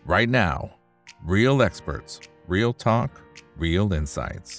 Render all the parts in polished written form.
right now. Real experts, real talk, real insights.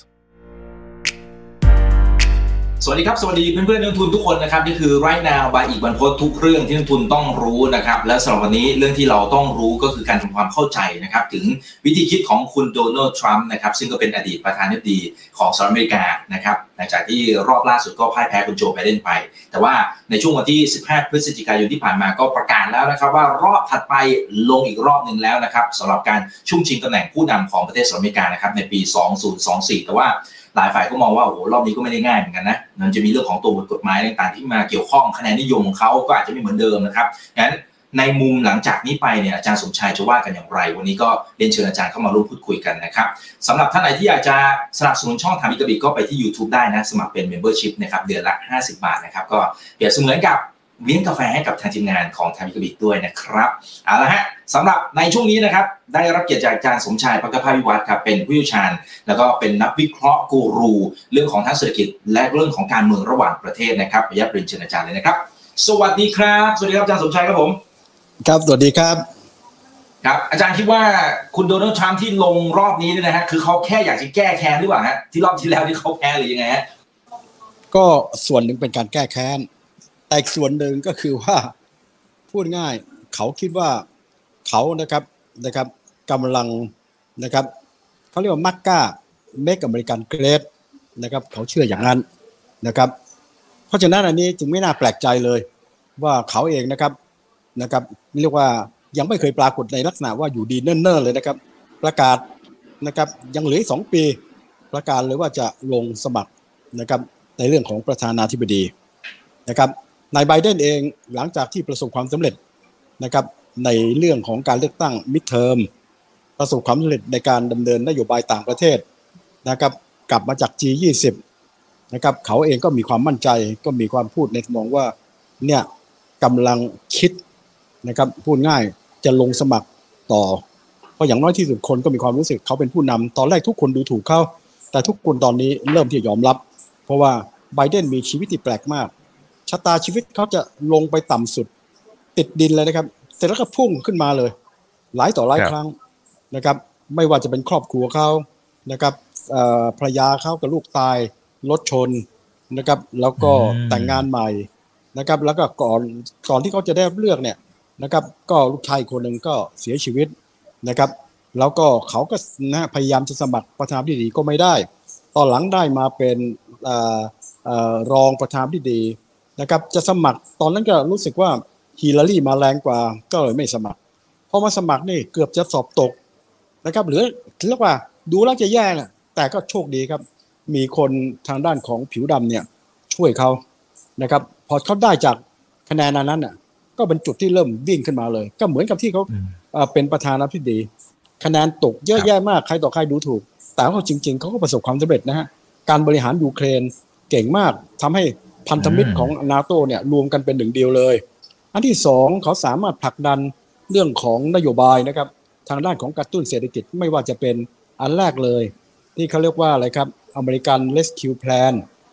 สวัสดีครับสวัสดีเพื่อนๆนักลงทุนทุกคนนะครับนี่คือ Right Now by อีกบรรพตทุกเรื่องที่นักลงทุนต้องรู้นะครับและสำหรับวันนี้เรื่องที่เราต้องรู้ก็คือการทำความเข้าใจนะครับถึงวิธีคิดของคุณโดนัลด์ทรัมป์นะครับซึ่งก็เป็นอดีตประธานาธิบดีของสหรัฐอเมริกานะครับหลังจากที่รอบล่าสุดก็พ่ายแพ้คุณโจไบเดนไปแต่ว่าในช่วงวันที่15พฤศจิกายนที่ผ่านมาก็ประกาศแล้วนะครับว่ารอบถัดไปลงอีกรอบนึงแล้วนะครับสำหรับการชุ่มชิงตำแหน่งผู้นำของประเทศสหรัฐอเมริกานะครับในปี2024แต่ว่าหลายฝ่ายก็มองว่าโอ้โหรอบนี้ก็ไม่ได้ง่ายเหมือนกันนะมันจะมีเรื่องของตัวบทกฎหมายต่างๆที่มาเกี่ยวข้องคะแนนนิยมของเขาก็อาจจะไม่เหมือนเดิมนะครับงั้นในมุมหลังจากนี้ไปเนี่ยอาจารย์สมชัยจะว่ากันอย่างไรวันนี้ก็เรียนเชิญอาจารย์เข้ามาร่วมพูดคุยกันนะครับสำหรับท่านไหนที่อยากจะสนับสนุนช่องทางบิกบิก็ไปที่ YouTube ได้นะสมัครเป็น Membership นะครับเดือนละ50 บาทนะครับก็เปรียบเสมือนกับเลี้ยงกาแฟให้กับทางทีมงานของทางบิกบิด้วยนะครับเอาละฮะสำหรับในช่วงนี้นะครับได้รับเกียรติจากอาจารย์สมชาย ภักภาวิวัฒน์ครับเป็นผู้เชี่ยวชาญแล้วก็เป็นนักวิเคราะห์กูรูเรื่องของทั้งเศรษฐกิจและเรื่องของการเมืองระหว่างประเทศนะครับขออนุญาตเรียนเชิญอาจารย์เลยนะครับสวัสดีครับสวัสดีครับอาจารย์สมชัยครับผมครับสวัสดีครับครับอาจารย์คิดว่าคุณโดนัลด์ทรัมป์ที่ลงรอบนี้เนี่ยนะฮะคือเขาแค่อยากจะแก้แค้นหรือเปล่าฮะที่รอบที่แล้วที่เขาแพ้หรือยังไงฮะก็ส่วนหนึ่งเป็นการแก้แค้นแต่อีกส่วนหนึ่งก็คือว่าพูดง่ายเขาคิดว่าเขานะครับกำลังนะครับเขาเรียกว่ามักกะเมกอเมริกันเกรดนะครับเขาเชื่ออย่างนั้นนะครับเพราะฉะนั้นอันนี้จึงไม่น่าแปลกใจเลยว่าเขาเองนะครับเรียกว่ายังไม่เคยปรากฏในลักษณะว่าอยู่ดีเนิ่นๆเลยนะครับประกาศนะครับยังเหลือ2 ปีประกาศเลยว่าจะลงสมัครนะครับในเรื่องของประธานาธิบดีนะครับนายไบเดนเองหลังจากที่ประสบความสำเร็จนะครับในเรื่องของการเลือกตั้งมิดเทอมประสบความสำเร็จในการดำเนินนโยบายต่างประเทศนะครับกลับมาจาก G20 นะครับเขาเองก็มีความมั่นใจก็มีความพูดในทำนองว่าเนี่ยกำลังคิดนะครับพูดง่ายจะลงสมัครต่อเพราะอย่างน้อยที่สุดคนก็มีความรู้สึกเขาเป็นผู้นำตอนแรกทุกคนดูถูกเขาแต่ทุกคนตอนนี้เริ่มที่จะยอมรับเพราะว่าไบเดนมีชีวิตที่แปลกมากชะตาชีวิตเขาจะลงไปต่ำสุดติดดินเลยนะครับเสร็จแล้วก็พุ่งขึ้นมาเลยหลายต่อหลายครั้งนะครับไม่ว่าจะเป็นครอบครัวเขานะครับภรรยาเขากับลูกตายรถชนนะครับแล้วก็แต่งงานใหม่นะครับแล้วก็ก่อนที่เขาจะได้เลือกเนี่ยนะครับก็ลูกชายคนหนึ่งก็เสียชีวิตนะครับแล้วก็เขาก็พยายามจะสมัครประธานาธิบดีก็ไม่ได้ตอนหลังได้มาเป็นรองประธานาธิบดีนะครับจะสมัครตอนนั้นก็รู้สึกว่าฮิลลารีมาแรงกว่าก็เลยไม่สมัครพอมาสมัครนี่เกือบจะสอบตกนะครับหรือเรียกว่าดูแล้วจะแย่นะแต่ก็โชคดีครับมีคนทางด้านของผิวดำเนี่ยช่วยเขานะครับพอเขาได้จากคะแนนนั้นน่ะก็เป็นจุดที่เริ่มวิ่งขึ้นมาเลยก็เหมือนกับที่เขาเป็นประธานาธิบดีคะแนนตกเยอะแยะมากใครต่อใครดูถูกแต่เขาจริงๆเขาก็ประสบความสำเร็จนะฮะการบริหารยูเครนเก่งมากทำให้พันธมิตรของนาโต้เนี่ยรวมกันเป็นหนึ่งเดียวเลยอันที่2เขาสามารถผลักดันเรื่องของนโยบายนะครับทางด้านของกระตุ้นเศรษฐกิจไม่ว่าจะเป็นอันแรกเลยที่เขาเรียกว่าอะไรครับอเมริกัน Rescue Plan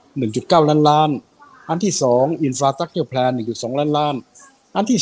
1.9 ล้านอันที่2 Infrastructure Plan 1.2 ล้านอันที่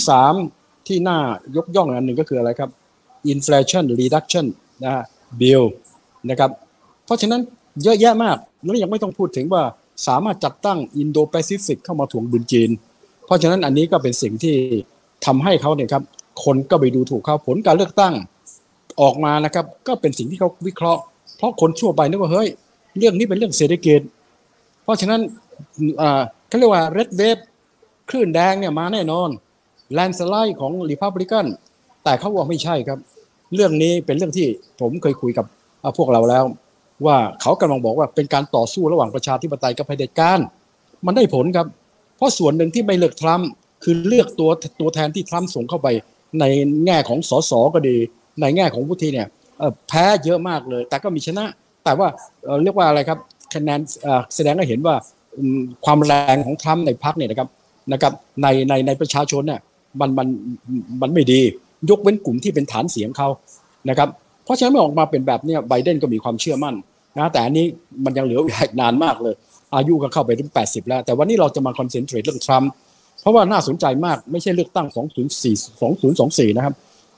3ที่น่ายกย่องอันหนึ่งก็คืออะไรครับ Inflation Reduction นะฮะ Bill นะครับเพราะฉะนั้นเยอะแยะมากแล้วยังไม่ต้องพูดถึงว่าสามารถจัดตั้งอินโดแปซิฟิกเข้ามาถ่วงดุลจีนเพราะฉะนั้นอันนี้ก็เป็นสิ่งที่ทำให้เขาเนี่ยครับคนก็ไปดูถูกเขาผลการเลือกตั้งออกมานะครับก็เป็นสิ่งที่เขาวิเคราะห์เพราะคนทั่วไปนึกว่าเฮ้ยเรื่องนี้เป็นเรื่องเศรษฐกิจเพราะฉะนั้นเขาเรียกว่า Red Wave คลื่นแดงเนี่ยมาแน่นอนแลนด์สไลด์ของ Republican แต่เขาว่าไม่ใช่ครับเรื่องนี้เป็นเรื่องที่ผมเคยคุยกับพวกเราแล้วว่าเขากำลังบอกว่าเป็นการต่อสู้ระหว่างประชาธิปไตยกับเผด็จการมันได้ผลครับเพราะส่วนหนึ่งที่ไม่เลือกทรัมป์คือเลือกตัวแทนที่ทรัมป์ส่งเข้าไปในแง่ของสสก็ดีในแง่ของวุฒิเนี่ยแพ้เยอะมากเลยแต่ก็มีชนะแต่ว่าเรียกว่าอะไรครับคะแนนแสดงให้เห็นว่าความแรงของทรัมป์ในพรรคเนี่ยนะครับในประชาชนเนี่ยมันไม่ดียกเว้นกลุ่มที่เป็นฐานเสียงเขานะครับเพราะฉะนั้นเมื่อออกมาเป็นแบบนี้ไบเดนก็มีความเชื่อมั่นนะแต่อันนี้มันยังเหลืออีกนานมากเลยอายุก็เข้าไปถึง80แล้วแต่วันนี้เราจะมาคอนเซนเทรตเรื่องทรัมป์เพราะว่าน่าสนใจมากไม่ใช่เลือกตั้ง2024นะครับ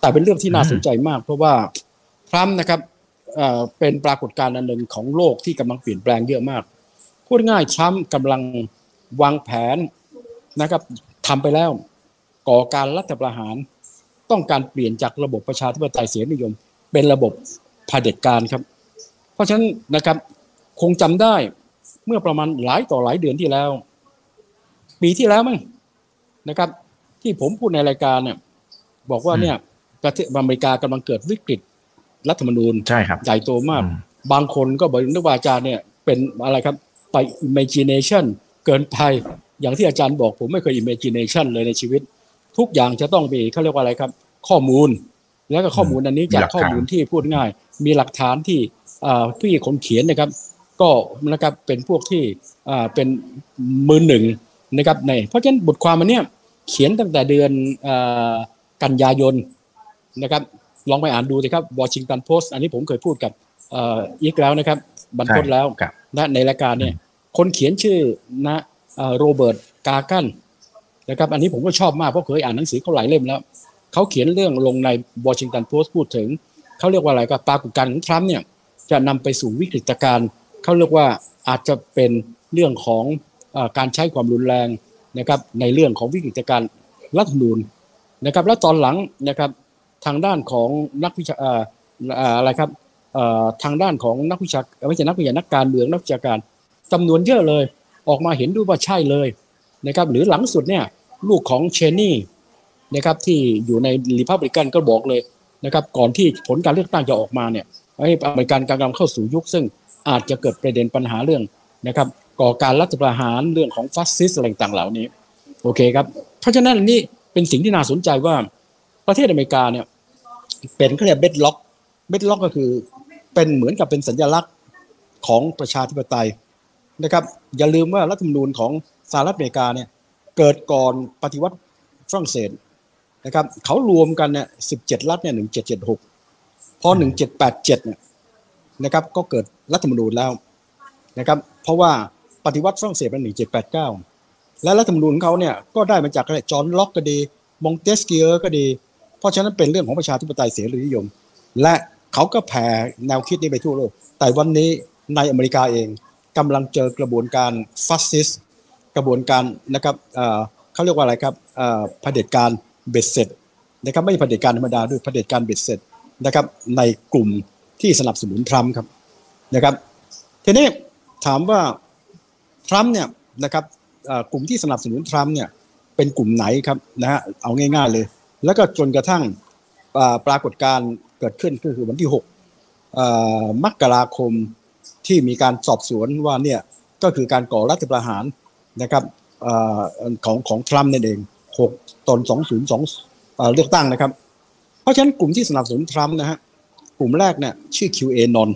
แต่เป็นเรื่องที่น่าสนใจมากเพราะว่าทรัมป์นะครับเป็นปรากฏการณ์อันหนึ่งของโลกที่กำลังเปลี่ยนแปลงเยอะมากพูดง่ายทรัมป์กำลังวางแผนนะครับทำไปแล้วก่อการรัฐประหารต้องการเปลี่ยนจากระบบประชาธิปไตยเสรีนิยมเป็นระบบเผด็จการครับเพราะฉะนั้นนะครับคงจำได้เมื่อประมาณหลายต่อหลายเดือนที่แล้วปีที่แล้วมั้งนะครับที่ผมพูดในรายการเนี่ยบอกว่าเนี่ยประเทศอเมริกากำลังเกิดวิกฤตรัฐธรรมนูญใช่ครับใหญ่โตมากบางคนก็บอกนึกว่าอาจารย์เนี่ยเป็นอะไรครับไป imagination เกินไปอย่างที่อาจารย์บอกผมไม่เคย imagination เลยในชีวิตทุกอย่างจะต้องมีเขาเรียกว่าอะไรครับข้อมูลแล้วก็ข้อมูลอันนี้จากข้อมูลที่พูดง่ายมีหลักฐานที่พี่คนเขียนนะครับก็นะครับเป็นพวกที่เป็นมือหนึ่งนะครับในเพราะฉะนั้นบทความอันเนี้ยเขียนตั้งแต่เดือนกันยายนนะครับลองไปอ่านดูสิครับ Washington Post อันนี้ผมเคยพูดกับอีกแล้วนะครับบรรพตแล้วนะในรายการเนี่ยคนเขียนชื่อนะโรเบิร์ตกากันนะครับอันนี้ผมก็ชอบมากเพราะเคยอ่านหนังสือเขาหลายเล่มแล้วเขาเขียนเรื่องลงใน Washington Post พูดถึงเขาเรียกว่าอะไรก็ปรากฏการณ์ของทรัมป์เนี่ยจะนำไปสู่วิกฤตการณ์เขาเรียกว่าอาจจะเป็นเรื่องของการใช้ความรุนแรงนะครับในเรื่องของวิกฤตการณ์รัฐธรรมนูญนะครับแล้วตอนหลังนะครับทางด้านของนักวิชาอะไรครับทางด้านของนักวิชาไม่ใช่นักวิชานักการเมืองนักวิชาการจำนวนเยอะเลยออกมาเห็นด้วยว่าใช่เลยนะครับหรือหลังสุดเนี่ยลูกของเชนนี่นะครับที่อยู่ในรีพับลิกันก็บอกเลยนะครับก่อนที่ผลการเลือกตั้งจะออกมาเนี่ยให้อเมริกันกำลังเข้าสู่ยุคซึ่งอาจจะเกิดประเด็นปัญหาเรื่องนะครับก่อการรัฐประหารเรื่องของฟาสซิสต์อะไรต่างๆเหล่านี้โอเคครับเพราะฉะนั้นนี่เป็นสิ่งที่น่าสนใจว่าประเทศอเมริกาเนี่ยเป็นเขาเรียกเบดล็อกก็คือเป็นเหมือนกับเป็นสัญลักษณ์ของประชาธิปไตยนะครับอย่าลืมว่ารัฐธรรมนูญของสหรัฐอเมริกาเนี่ยเกิดก่อนปฏิวัติฝรั่งเศสนะครับเขารวมกันเนี่ย17 รัฐเนี่ย1776พอ1787เนี่ยนะครับก็เกิดรัฐธรรมนูญแล้วนะครับเพราะว่าปฏิวัติฝรั่งเศสเป็น1789และรัฐธรรมนูญของเขาเนี่ยก็ได้มาจากจอห์นล็อกก็ดีมองเตสเกียร์ก็ดีเพราะฉะนั้นเป็นเรื่องของประชาธิปไตยเสรีนิยมและเขาก็แผ่แนวคิดนี้ไปทั่วโลกแต่วันนี้ในอเมริกาเองกำลังเจอกระบวนการฟาสซิสต์กระบวนการนะครับเขาเรียกว่าอะไรครับเผด็จการเบ็ดเสร็จนะครับไม่ใช่เผด็จการธรรมดาด้วยเผด็จการเบ็ดเสร็จนะครับในกลุ่มที่สนับสนุนทรัมป์ครับนะครับทีนี้ถามว่าทรัมป์เนี่ยนะครับกลุ่มที่สนับสนุนทรัมป์เนี่ยเป็นกลุ่มไหนครับนะฮะเอาง่ายๆเลยแล้วก็จนกระทั่งปรากฏการณ์เกิดขึ้นก็คือวันที่6มกราคมที่มีการสอบสวนว่าเนี่ยก็คือการก่อรัฐประหารนะครับของทรัมป์นั่นเอง6 ตอน2020เลือกตั้งนะครับเพราะฉะนั้นกลุ่มที่สนับสนุนทรัมป์นะฮะกลุ่มแรกเนี่ยชื่อ QAnon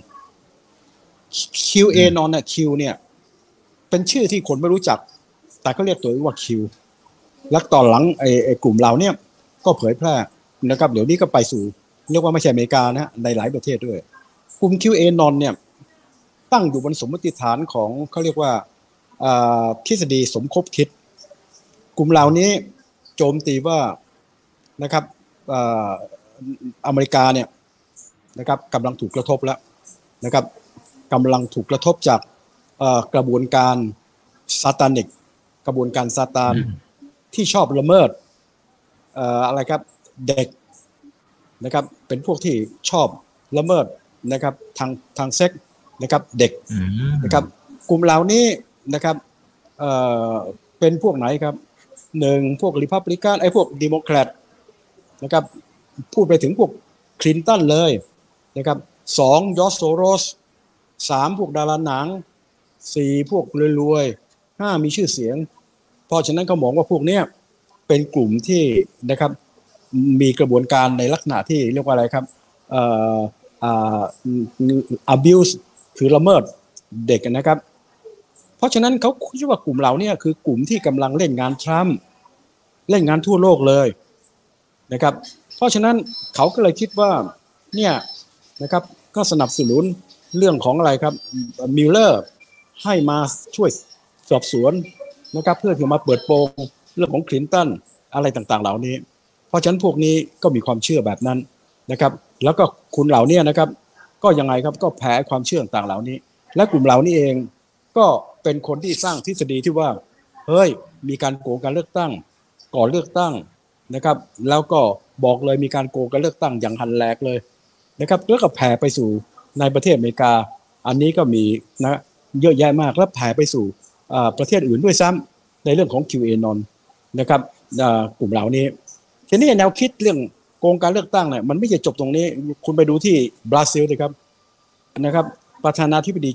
เนี่ย Q เนี่ยเป็นชื่อที่คนไม่รู้จักแต่ก็เรียกตัวเองว่า Q แล้วตอนหลังไอ้กลุ่มเราเนี่ยก็เผยแพร่นะครับเดี๋ยวนี้ก็ไปสู่เรียกว่าไม่ใช่อเมริกานะฮะในหลายประเทศด้วยกลุ่ม QAnon เนี่ยตั้งอยู่บนสมมติฐานของเขาเรียกว่าทฤษฎีสมคบคิดกลุ่มเหล่านี้โจมตีว่านะครับอเมริกาเนี่ยนะครับกำลังถูกกระทบแล้วนะครับกำลังถูกกระทบจากกระบวนการซาตานิกกระบวนการซาตานที่ชอบละเมิดอะไรครับเด็กนะครับเป็นพวกที่ชอบละเมิดนะครับทางเซ็กนะครับเด็กนะครับกลุ่มเหล่านี้นะครับเป็นพวกไหนครับ1พวกริพับลิกันพวกเดโมแครตนะครับพูดไปถึงพวกคลินตันเลยนะครับ2ยอร์จ โซโรส3พวกดาราหนัง4พวกรวยๆ5มีชื่อเสียงเพราะฉะนั้นเขามองว่าพวกเนี้ยเป็นกลุ่มที่นะครับมีกระบวนการในลักษณะที่เรียกว่าอะไรครับabuse คือละเมิดเด็กนะครับเพราะฉะนั้นเขาคิดว่ากลุ่มเราเนี่ยคือกลุ่มที่กำลังเล่นงานทรัมป์เล่นงานทั่วโลกเลยนะครับเพราะฉะนั้นเขาก็เลยคิดว่าเนี่ยนะครับก็สนับสนุนเรื่องของอะไรครับมิลเลอร์ให้มาช่วยสอบสวนนะครับเพื่อที่มาเปิดโปงเรื่องของคลินตันอะไรต่างๆเหล่านี้เพราะฉะนั้นพวกนี้ก็มีความเชื่อแบบนั้นนะครับแล้วก็คุณเหล่านี้นะครับก็ยังไงครับก็แพ้ความเชื่อต่างๆเหล่านี้และกลุ่มเหล่านี้เองก็เป็นคนที่สร้างทฤษฎีที่ว่าเฮ้ยมีการโกงการเลือกตั้งก่อนเลือกตั้งนะครับแล้วก็บอกเลยมีการโกงการเลือกตั้งอย่างหันแหลกเลยนะครับแล้วก็แผ่ไปสู่ในประเทศอเมริกาอันนี้ก็มีนะเยอะแยะมากแล้วแผ่ไปสู่ประเทศอื่นด้วยซ้ำในเรื่องของ QAnon นะครับกลุ่มเหล่านี้ทีนี้แนวคิดเรื่องโกงการเลือกตั้งเนี่ยมันไม่ใช่จบตรงนี้คุณไปดูที่บราซิลเลยครับนะครับประธานาธิบดี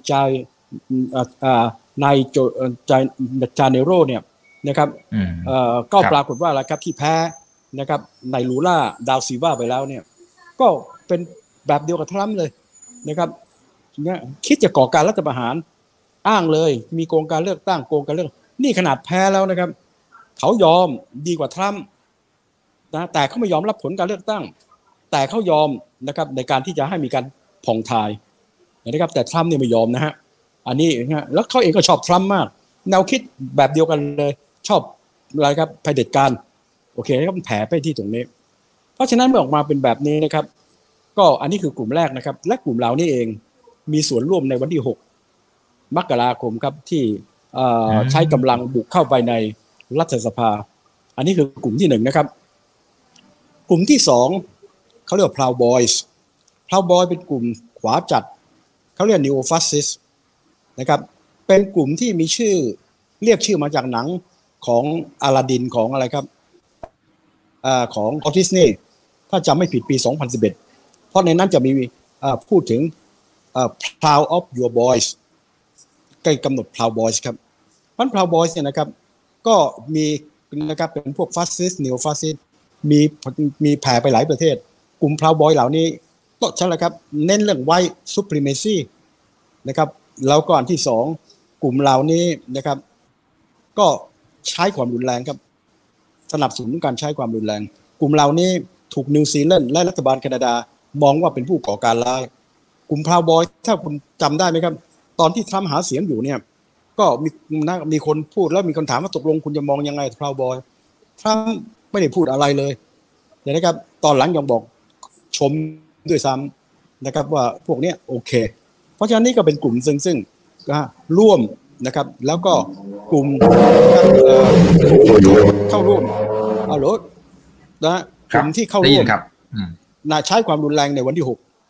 นายจาเนโรเนี่ยนะครับก็ปรากฏว่าอะไรครับที่แพ้นะครับในลูล่าดาวซิลวาไปแล้วเนี่ยก็เป็นแบบเดียวกับทรัมป์เลยนะครับเนี่ยคิดจะก่อการรัฐประหารอ้างเลยมีโกงการเลือกตั้งโกงการเลือกนี่ขนาดแพ้แล้วนะครับเขายอมดีกว่าทรัมป์นะแต่เขาไม่ยอมรับผลการเลือกตั้งแต่เขายอมนะครับในการที่จะให้มีการผ่องทายนะครับแต่ทรัมป์เนี่ยไม่ยอมนะฮะอันนี้นะแล้วเขาเองก็ชอบทรัมป์มากแนวคิดแบบเดียวกันเลยชอบอะไรครับเผด็จการโอเคก็แผ่ไปที่ตรงนี้เพราะฉะนั้นเมื่อออกมาเป็นแบบนี้นะครับก็อันนี้คือกลุ่มแรกนะครับและกลุ่มเหล่านี้เองมีส่วนร่วมในวันที่6 มกราคมครับที่ใช้กำลังบุกเข้าไปในรัฐสภาอันนี้คือกลุ่มที่1นะครับกลุ่มที่2เขาเรียกว่า Proud Boys Proud Boys เป็นกลุ่มขวาจัดเขาเรียก Neo Fascist นะครับเป็นกลุ่มที่มีชื่อเรียกชื่อมาจากหนังของอลาดินของอะไรครับของวอลต์ดิสนีย์ถ้าจำไม่ผิดปี 2011 เพราะในนั้นจะมีพูดถึงProud of Your Boys ใกล้กำหนด Proud Boys ครับProud Boys เนี่ยนะครับก็มีนะครับเป็นพวกฟาสซิสต์ Neo Fascist มีแผ่ไปหลายประเทศกลุ่ม Proud Boys เหล่านี้ก็ใช่แล้วครับเน้นเรื่อง White Supremacy นะครับแล้วก็อันที่2กลุ่มเหล่านี้นะครับก็ใช้ความรุนแรงครับสนับสนุนการใช้ความรุนแรงกลุ่มเหล่านี้ถูกนิวซีแลนด์และรัฐบาลแคนาดามองว่าเป็นผู้ก่อการร้ายกลุ่ม Proud Boys ถ้าคุณจำได้ไหมครับตอนที่ทรัมป์หาเสียงอยู่เนี่ยก็มีคนพูดแล้วมีคนถามว่าตกลงคุณจะมองยังไง Proud Boys ทรัมป์ไม่ได้พูดอะไรเลยนะครับตอนหลังยังบอกชมด้วยซ้ำนะครับว่าพวกนี้โอเคเพราะฉะนั้นนี่ก็เป็นกลุ่มซึ่งร่วมนะครับแล้วก็กลุ่มเข้าร่วมเอาล่ะนะกลุ่มที่เข้าร่วมใช้ความรุนแรงในวันที่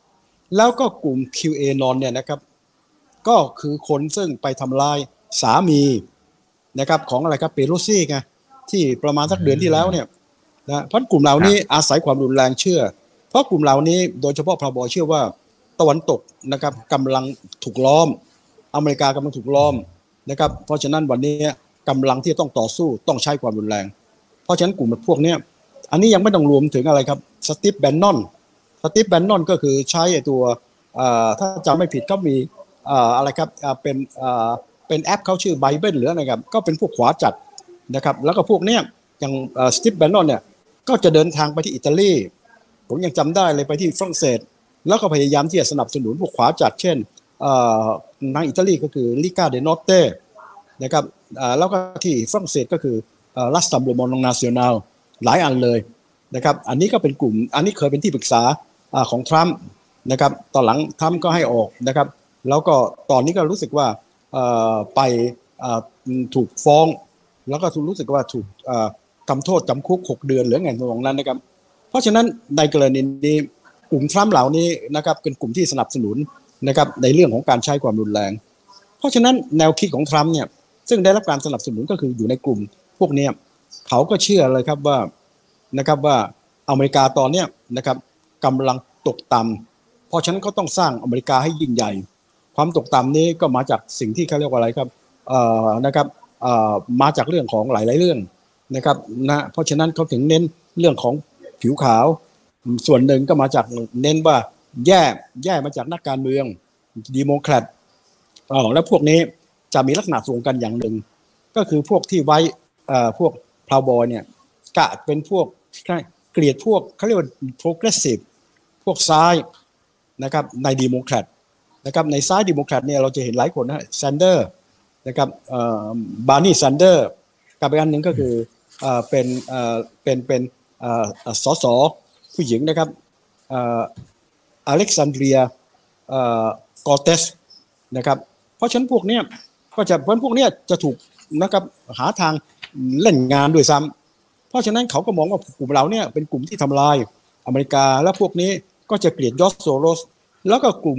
6แล้วก็กลุ่ม QAnon เนี่ยนะครับก็คือคนซึ่งไปทำลายสามีนะครับของอะไรครับเปโลซี่ไงที่ประมาณสักเดือนที่แล้วเนี่ยนะเพราะกลุ่มเหล่านี้อาศัยความรุนแรงเชื่อเพราะกลุ่มเหล่านี้โดยเฉพาะพรบเชื่อว่าตะวันตกนะครับกำลังถูกล้อมอเมริกากำลังถูกล้อมนะครับเพราะฉะนั้นวันนี้กำลังที่ต้องต่อสู้ต้องใช้ความรุนแรงเพราะฉะนั้นกลุ่มพวกนี้อันนี้ยังไม่ต้องรวมถึงอะไรครับสตีฟแบนนอนก็คือใช้ตัวถ้าจำไม่ผิดก็มีอะไรครับเป็นแอปเขาชื่อ Bible หรืออะไรครับก็เป็นพวกขวาจัดนะครับแล้วก็พวกเนี้ยอย่างสตีฟแบนนอนเนี่ยก็จะเดินทางไปที่อิตาลีผมยังจำได้เลยไปที่ฝรั่งเศสแล้วก็พยายามที่จะสนับสนุนพวกขวาจัดเช่นทางอิตาลีก็คือลิกาเดนอเต้นะครับแล้วก็ที่ฝรั่งเศสก็คือรัสตัมโบมอนนาซิโอนัลหลายอันเลยนะครับอันนี้ก็เป็นกลุ่มอันนี้เคยเป็นที่ปรึกษาของทรัมป์นะครับตอนหลังทรัมป์ก็ให้ออกนะครับแล้วก็ตอนนี้ก็รู้สึกว่าไปถูกฟ้องแล้วก็รู้สึกว่าถูกทำโทษจำคุก6 เดือนหรือไงตรงนั้นนะครับเพราะฉะนั้นในกรณีนี้กลุ่มทรัมป์เหล่านี้นะครับเป็นกลุ่มที่สนับสนุนนะครับในเรื่องของการใช้ความรุนแรงเพราะฉะนั้นแนวคิดของทรัมป์เนี่ยซึ่งได้รับการสนับสนุนก็คืออยู่ในกลุ่มพวกนี้เขาก็เชื่อเลยครับว่านะครับว่าอเมริกาตอนนี้นะครับกำลังตกต่ำเพราะฉะนั้นเขาต้องสร้างอเมริกาให้ยิ่งใหญ่ความตกต่ำนี้ก็มาจากสิ่งที่เขาเรียกว่าอะไรครับนะครับมาจากเรื่องของหลายๆเรื่องนะครับนะเพราะฉะนั้นเขาถึงเน้นเรื่องของผิวขาวส่วนหนึ่งก็มาจากเน้นว่าแย่มาจากนักการเมืองดีโมแครตแล้วพวกนี้จะมีลักษณะตรงกันอย่างหนึ่งก็คือพวกที่ไว้พวกพราวบอยเนี่ยกะเป็นพวกเกลียดพวกเขาเรียกว่าโปรเกรสซีฟพวกซ้ายนะครับในดีโมแครตนะครับในซ้ายดีโมแครตเนี่ยเราจะเห็นหลายคนนะแซนเดอร์นะครับบาร์นีแซนเดอร์กับอีกอันหนึ่งก็คือเป็นสสผู้หญิงนะครับอเล็กซานเดรียกอร์เตสนะครับเพราะฉะนั้นพวกเนี้ยจะถูกนะครับหาทางเล่นงานด้วยซ้ำเพราะฉะนั้นเขาก็มองว่ากลุ่มเราเนี่ยเป็นกลุ่มที่ทำลายอเมริกาและพวกนี้ก็จะเกลียดยอร์จ โซโรสแล้วก็กลุ่ม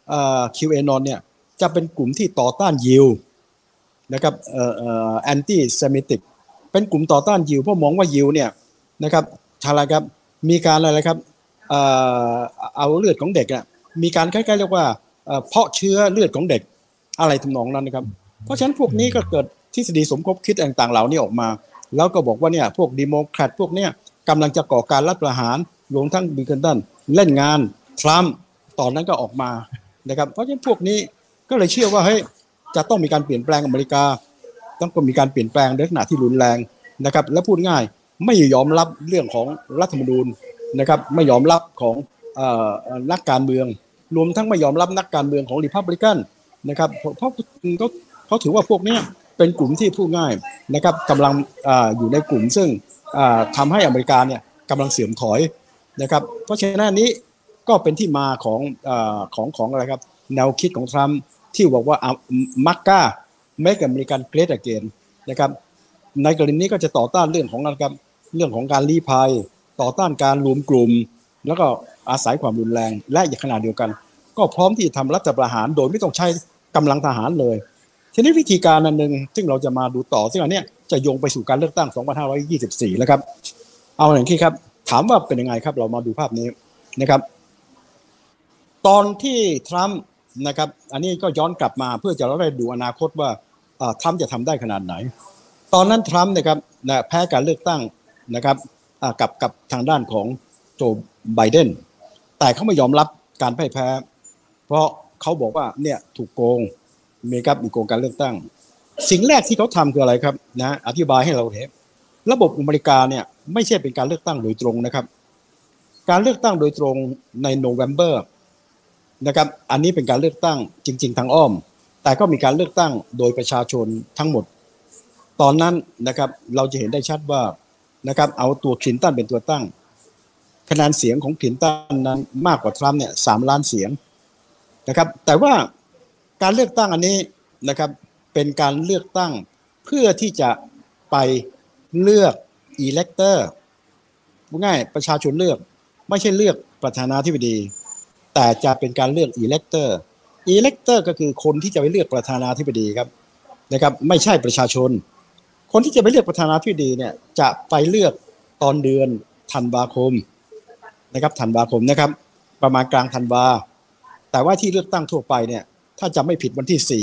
QAnon เนี่ยจะเป็นกลุ่มที่ต่อต้านยิวนะครับแอนตี้เซมิติกเป็นกลุ่มต่อต้านยิวเพราะมองว่ายิวเนี่ยนะครับอะไรครับมีการอะไรครับเอาเลือดของเด็กอ่ะมีการคล้ายๆเรียกว่าเพาะเชื้อเลือดของเด็กอะไรทำนองนั้นนะครับเพราะฉะนั้นพวกนี้ก็เกิดทฤษฎีสมคบคิดต่างๆเหล่านี้ออกมาแล้วก็บอกว่าเนี่ยพวกดิโมแครตพวกเนี้ยกำลังจะก่อการรัฐประหารรวมทั้งบิล คลินตันเล่นงานทรัมป์ตอนนั้นก็ออกมานะครับเพราะฉะนั้นพวกนี้ก็เลยเชื่อว่าเฮ้ยจะต้องมีการเปลี่ยนแปลงอเมริกาต้องมีการเปลี่ยนแปลงในลักษณะที่รุนแรงนะครับและพูดง่ายไม่ยอมรับเรื่องของรัฐธรรมนูญนะครับไม่ยอมรับของนักการเมืองรวมทั้งไม่ยอมรับนักการเมืองของริพับลิกันนะครับเพราะเขาถือว่าพวกนี้เป็นกลุ่มที่พูดง่ายนะครับกำลังอยู่ในกลุ่มซึ่งทำให้อเมริกาเนี่ยกำลังเสื่อมถอยนะครับเพราะฉะนั้นนี้ก็เป็นที่มาของอะไรครับแนวคิดของทรัมป์ที่บอกว่ามักกา Make America Great Again นะครับในกรณีนี้ก็จะต่อต้านเรื่องของนะครับเรื่องของการลี้ภัยต่อต้านการรวมกลุ่มแล้วก็อาศัยความรุนแรงและในขณะเดียวกันก็พร้อมที่จะทำรัฐประหารโดยไม่ต้องใช้กำลังทหารเลยทีนี้วิธีการอันหนึ่งซึ่งเราจะมาดูต่อซึ่งอันนี้จะโยงไปสู่การเลือกตั้ง 2524 แล้วครับเอาอย่างที่ครับถามว่าเป็นยังไงครับเรามาดูภาพนี้นะครับตอนที่ทรัมป์นะครับอันนี้ก็ย้อนกลับมาเพื่อจะเราได้ดูอนาคตว่าทรัมป์จะทำได้ขนาดไหนตอนนั้นทรัมป์นะครับแพ้การเลือกตั้งนะครับกับทางด้านของโจไบเดนแต่เขาไม่ยอมรับการพ่ายแพ้เพราะเขาบอกว่าเนี่ยถูกโกงมีโกงการเลือกตั้งสิ่งแรกที่เขาทำคืออะไรครับนะอธิบายให้เราเห็นระบบอเมริกาเนี่ยไม่ใช่เป็นการเลือกตั้งโดยตรงนะครับการเลือกตั้งโดยตรงในโนเวมเบอร์นะครับอันนี้เป็นการเลือกตั้งจริงๆทางอ้อมแต่ก็มีการเลือกตั้งโดยประชาชนทั้งหมดตอนนั้นนะครับเราจะเห็นได้ชัดว่านะครับเอาตัวคลินตันเป็นตัวตั้งคะแนนเสียงของคลินตันนั้นมากกว่าทรัมป์เนี่ย3 ล้านเสียงนะครับแต่ว่าการเลือกตั้งอันนี้นะครับเป็นการเลือกตั้งเพื่อที่จะไปเลือกอีเล็กเตอร์ง่ายประชาชนเลือกไม่ใช่เลือกประธานาธิบดีแต่จะเป็นการเลือกอีเล็กเตอร์ก็คือคนที่จะไปเลือกประธานาธิบดีครับนะครับไม่ใช่ประชาชนคนที่จะไปเลือกประธานาธิบดีเนี่ยจะไปเลือกตอนเดือนธันวาคมนะครับนะครับประมาณกลางธันวาแต่ว่าที่เลือกตั้งทั่วไปเนี่ยถ้าจำไม่ผิดวันที่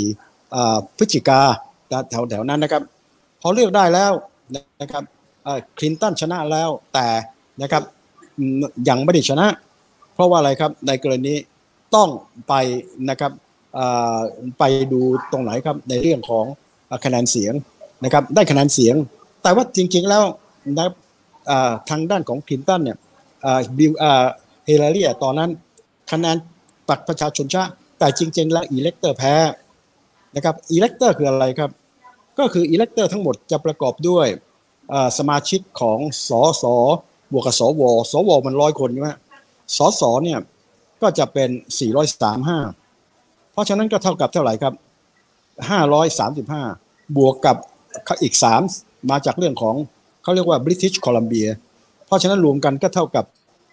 4พฤศจิกาแถวนั้นนะครับพอเลือกได้แล้วนะครับคลินตันชนะแล้วแต่นะครับยังไม่ได้ชนะเพราะว่าอะไรครับในกรณีต้องไปนะครับไปดูตรงไหนครับในเรื่องของคะแนนเสียงนะครับได้คะแนนเสียงแต่ว่าจริงๆแล้วนะทางด้านของคลินตันเนี่ยฮิลลารีตอนนั้นคะแนนประชาชนชนะแต่จริงๆแล้วอีเล็กเตอร์แพ้นะครับอีเล็กเตอร์คืออะไรครับก็คืออีเล็กเตอร์ทั้งหมดจะประกอบด้วยสมาชิกของสสบวกกับสวมัน100 คนใช่ไหมสสเนี่ยก็จะเป็น435เพราะฉะนั้นก็เท่ากับเท่าไหร่ครับ535บวกกับอีก3มาจากเรื่องของเขาเรียกว่าบริติชโคลัมเบียเพราะฉะนั้นรวมกันก็เท่ากับ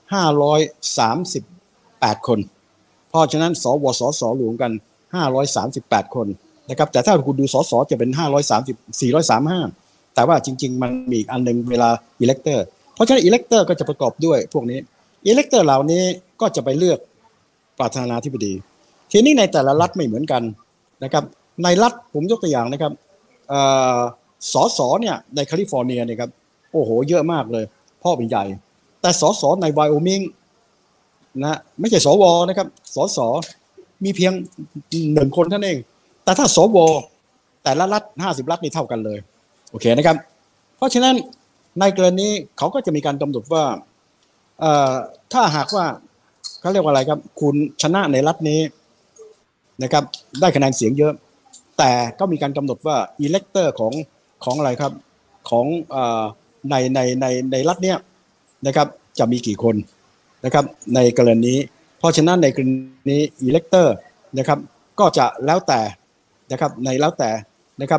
538 คนเพราะฉะนั้นสวสสรวมกัน538 คนนะครับแต่ถ้าคุณดูสสจะเป็น435แต่ว่าจริงๆมันมีอีกอันนึงเวลาอิเล็กเตอร์เพราะฉะนั้นอิเล็กเตอร์ก็จะประกอบด้วยพวกนี้อิเล็กเตอร์เหล่านี้ก็จะไปเลือกประธานาธิบดีทีนี้ในแต่ละรัฐไม่เหมือนกันนะครับในรัฐผมยกตัวอย่างนะครับสสเนี่ยในแคลิฟอร์เนียเนี่ยครับโอ้โหเยอะมากเลยพ่อเป็นใหญ่แต่สสในไวโอมิงนะไม่ใช่สวนะครับสสมีเพียง1 คนเท่านั้นเองแต่ถ้าสวแต่ละรัฐ50 รัฐนี่เท่ากันเลยโอเคนะครับเพราะฉะนั้นในกรณีเขาก็จะมีการกำหนดว่าถ้าหากว่าเขาเรียกว่าอะไรครับคุณชนะในรัฐนี้นะครับได้คะแนนเสียงเยอะแต่ก็มีการกำหนดว่าอีเล็กเตอร์ของอะไรครับของในรัฐเนี้ยนะครับจะมีกี่คนนะครับในกรณีเพราะฉะนั้นในกรณีอิเล็กเตอร์นะครับก็จะแล้วแต่นะครับในแล้วแต่นะครับ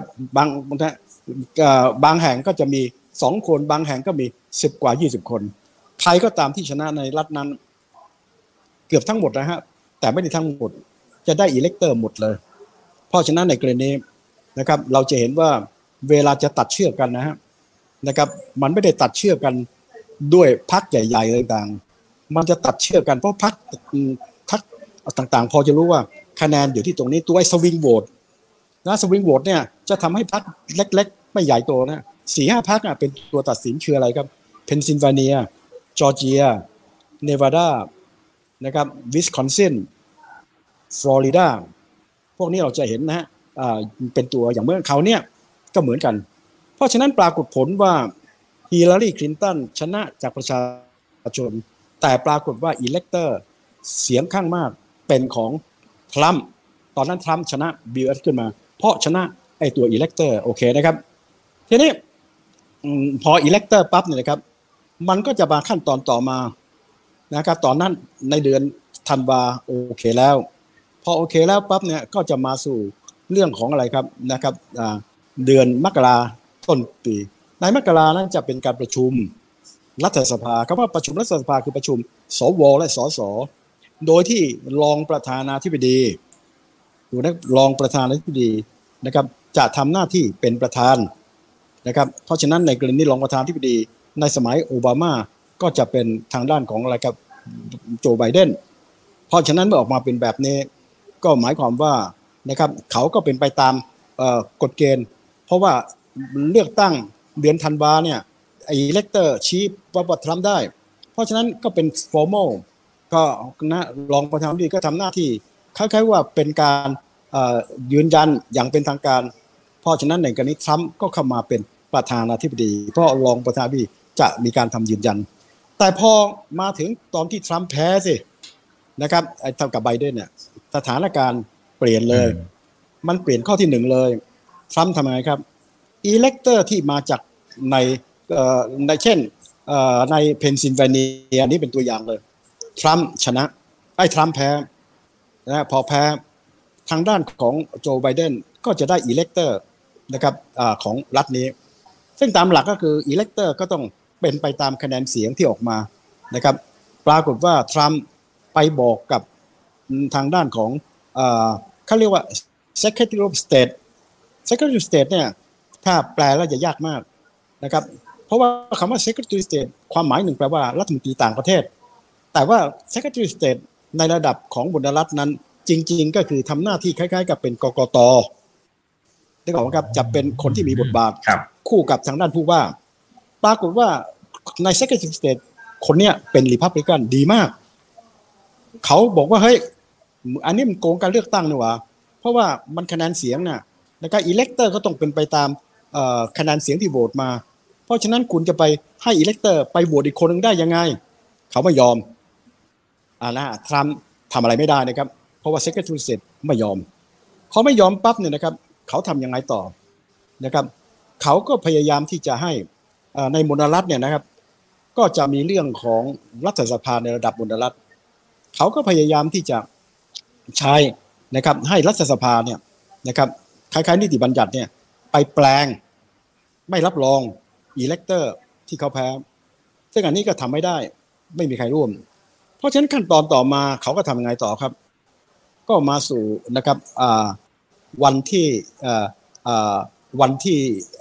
บางแห่งก็จะมี2 คนบางแห่งก็มี10 กว่า 20 คนใครก็ตามที่ชนะในรัฐนั้นเกือบทั้งหมดนะฮะแต่ไม่ได้ทั้งหมดจะได้อิเล็กเตอร์หมดเลยเพราะฉะนั้นในกรณีนะครับเราจะเห็นว่าเวลาจะตัดเชือกกันนะครับมันไม่ได้ตัดเชือกกันด้วยพรรคใหญ่ๆต่างๆมันจะตัดเชือกกันเพราะพรรคต่างๆพอจะรู้ว่าคะแนนอยู่ที่ตรงนี้ตัวไอ้สวิงโหวตนะสวิงโหวตเนี่ยจะทำให้พรรคเล็กๆไม่ใหญ่โตนะ4-5 พรรคเป็นตัวตัดสินคืออะไรครับเพนซิลเวเนียจอร์เจียเนวาดานะครับวิสคอนซินฟลอริดาพวกนี้เราจะเห็นนะฮะเป็นตัวอย่างเมื่อเขาเนี่ยก็เหมือนกันเพราะฉะนั้นปรากฏผลว่าฮิลลารีคลินตันชนะจากประชาชนแต่ปรากฏว่าอิเล็กเตอร์เสียงข้างมากเป็นของทรัมป์ตอนนั้นทรัมป์ชนะบิลขึ้นมาเพราะชนะไอ้ตัวอิเล็กเตอร์โอเคนะครับทีนี้พออิเล็กเตอร์ปั๊บเนี่ยนะครับมันก็จะมาขั้นตอนต่อมานะครับตอนนั้นในเดือนธันวาโอเคแล้วพอโอเคแล้วปั๊บเนี่ยก็จะมาสู่เรื่องของอะไรครับนะครับเดือนมกราต้นปีในมกรานั้นจะเป็นการประชุมรัฐสภาคำว่าประชุมรัฐสภาคือประชุมสวและสสโดยที่รองประธานาธิบดีดูนะรองประธานาธิบดีนะครับจะทำหน้าที่เป็นประธานนะครับเพราะฉะนั้นในกรณีรองประธานาธิบดีในสมัยโอบามาก็จะเป็นทางด้านของอะไรครับโจไบเดนเพราะฉะนั้นเมื่อออกมาเป็นแบบนี้ก็หมายความว่านะครับเขาก็เป็นไปตามกฎเกณฑ์เพราะว่าเลือกตั้งเดือนธันวาเนี่ยไอ้อิเล็กเตอร์ชี้ว่าทรัมป์ได้เพราะฉะนั้นก็เป็นฟอร์มอลก็นะรองประธานาธิบดีก็ทำหน้าที่คล้ายๆว่าเป็นการยืนยันอย่างเป็นทางการเพราะฉะนั้นในกรณีทรัมป์ก็เข้ามาเป็นประธานาธิบดีเพราะรองประธานาธิบดีจะมีการทำยืนยันแต่พอมาถึงตอนที่ทรัมป์แพ้สินะครับเท่ากับไบเดนเนี่ยสถานการณ์เปลี่ยนเลยมันเปลี่ยนข้อที่1เลยทรัมป์ทำไงครับอิเล็กเตอร์ที่มาจากในเช่นในเพนซิลเวเนียนี่เป็นตัวอย่างเลยทรัมป์ชนะทรัมป์แพ้นะพอแพ้ทางด้านของโจไบเดนก็จะได้อิเล็กเตอร์นะครับของรัฐนี้ซึ่งตามหลักก็คืออิเล็กเตอร์ก็ต้องเป็นไปตามคะแนนเสียงที่ออกมานะครับปรากฏว่าทรัมป์ไปบอกกับทางด้านของเขาเรียกว่า Secretary of State Secretary of State เนี่ยถ้าแปลแล้วจะยากมากนะครับเพราะว่าคำว่า Secretary of State ความหมายหนึ่งแปลว่ารัฐมนตรีต่างประเทศแต่ว่า Secretary of State ในระดับของบรรดารัฐนั้นจริงๆก็คือทำหน้าที่คล้ายๆกับเป็นกกต.ได้บอกว่าครับจะเป็นคนที่มีบทบาทคู่กับทางด้านผู้ว่าปรากฏว่าใน Secretary of State คนเนี้ยเป็น Republican ดีมากเขาบอกว่าเฮ้ยอันนี้มันโกงการเลือกตั้งนี่หว่าเพราะว่ามันคะแนนเสียงน่ะนะครับอิเล็กเตอร์ก็ต้องเป็นไปตามคะแนนเสียงที่โหวตมาเพราะฉะนั้นคุณจะไปให้อิเล็กเตอร์ไปโหวตอีกคนนึงได้ยังไงเขาไม่ยอมทรัมป์ทำอะไรไม่ได้นะครับเพราะว่า Secretary of State ไม่ยอมเขาไม่ยอมปั๊บเนี่ยนะครับเขาทำยังไงต่อนะครับเขาก็พยายามที่จะให้ในมณฑลรัฐเนี่ยนะครับก็จะมีเรื่องของรัฐสภาในระดับมณฑลรัฐเขาก็พยายามที่จะใช้นะครับให้รัฐสภาเนี่ยนะครับคล้ายๆนิติบัญญัติเนี่ยไปแปลงไม่รับรองอิเล็กเตอร์ที่เขาแพ้ซึ่งอันนี้ก็ทำไม่ได้ไม่มีใครร่วมเพราะฉะนั้นขั้นตอนต่อมาเขาก็ทำยังไงต่อครับก็มาสู่นะครับวันที่วันที่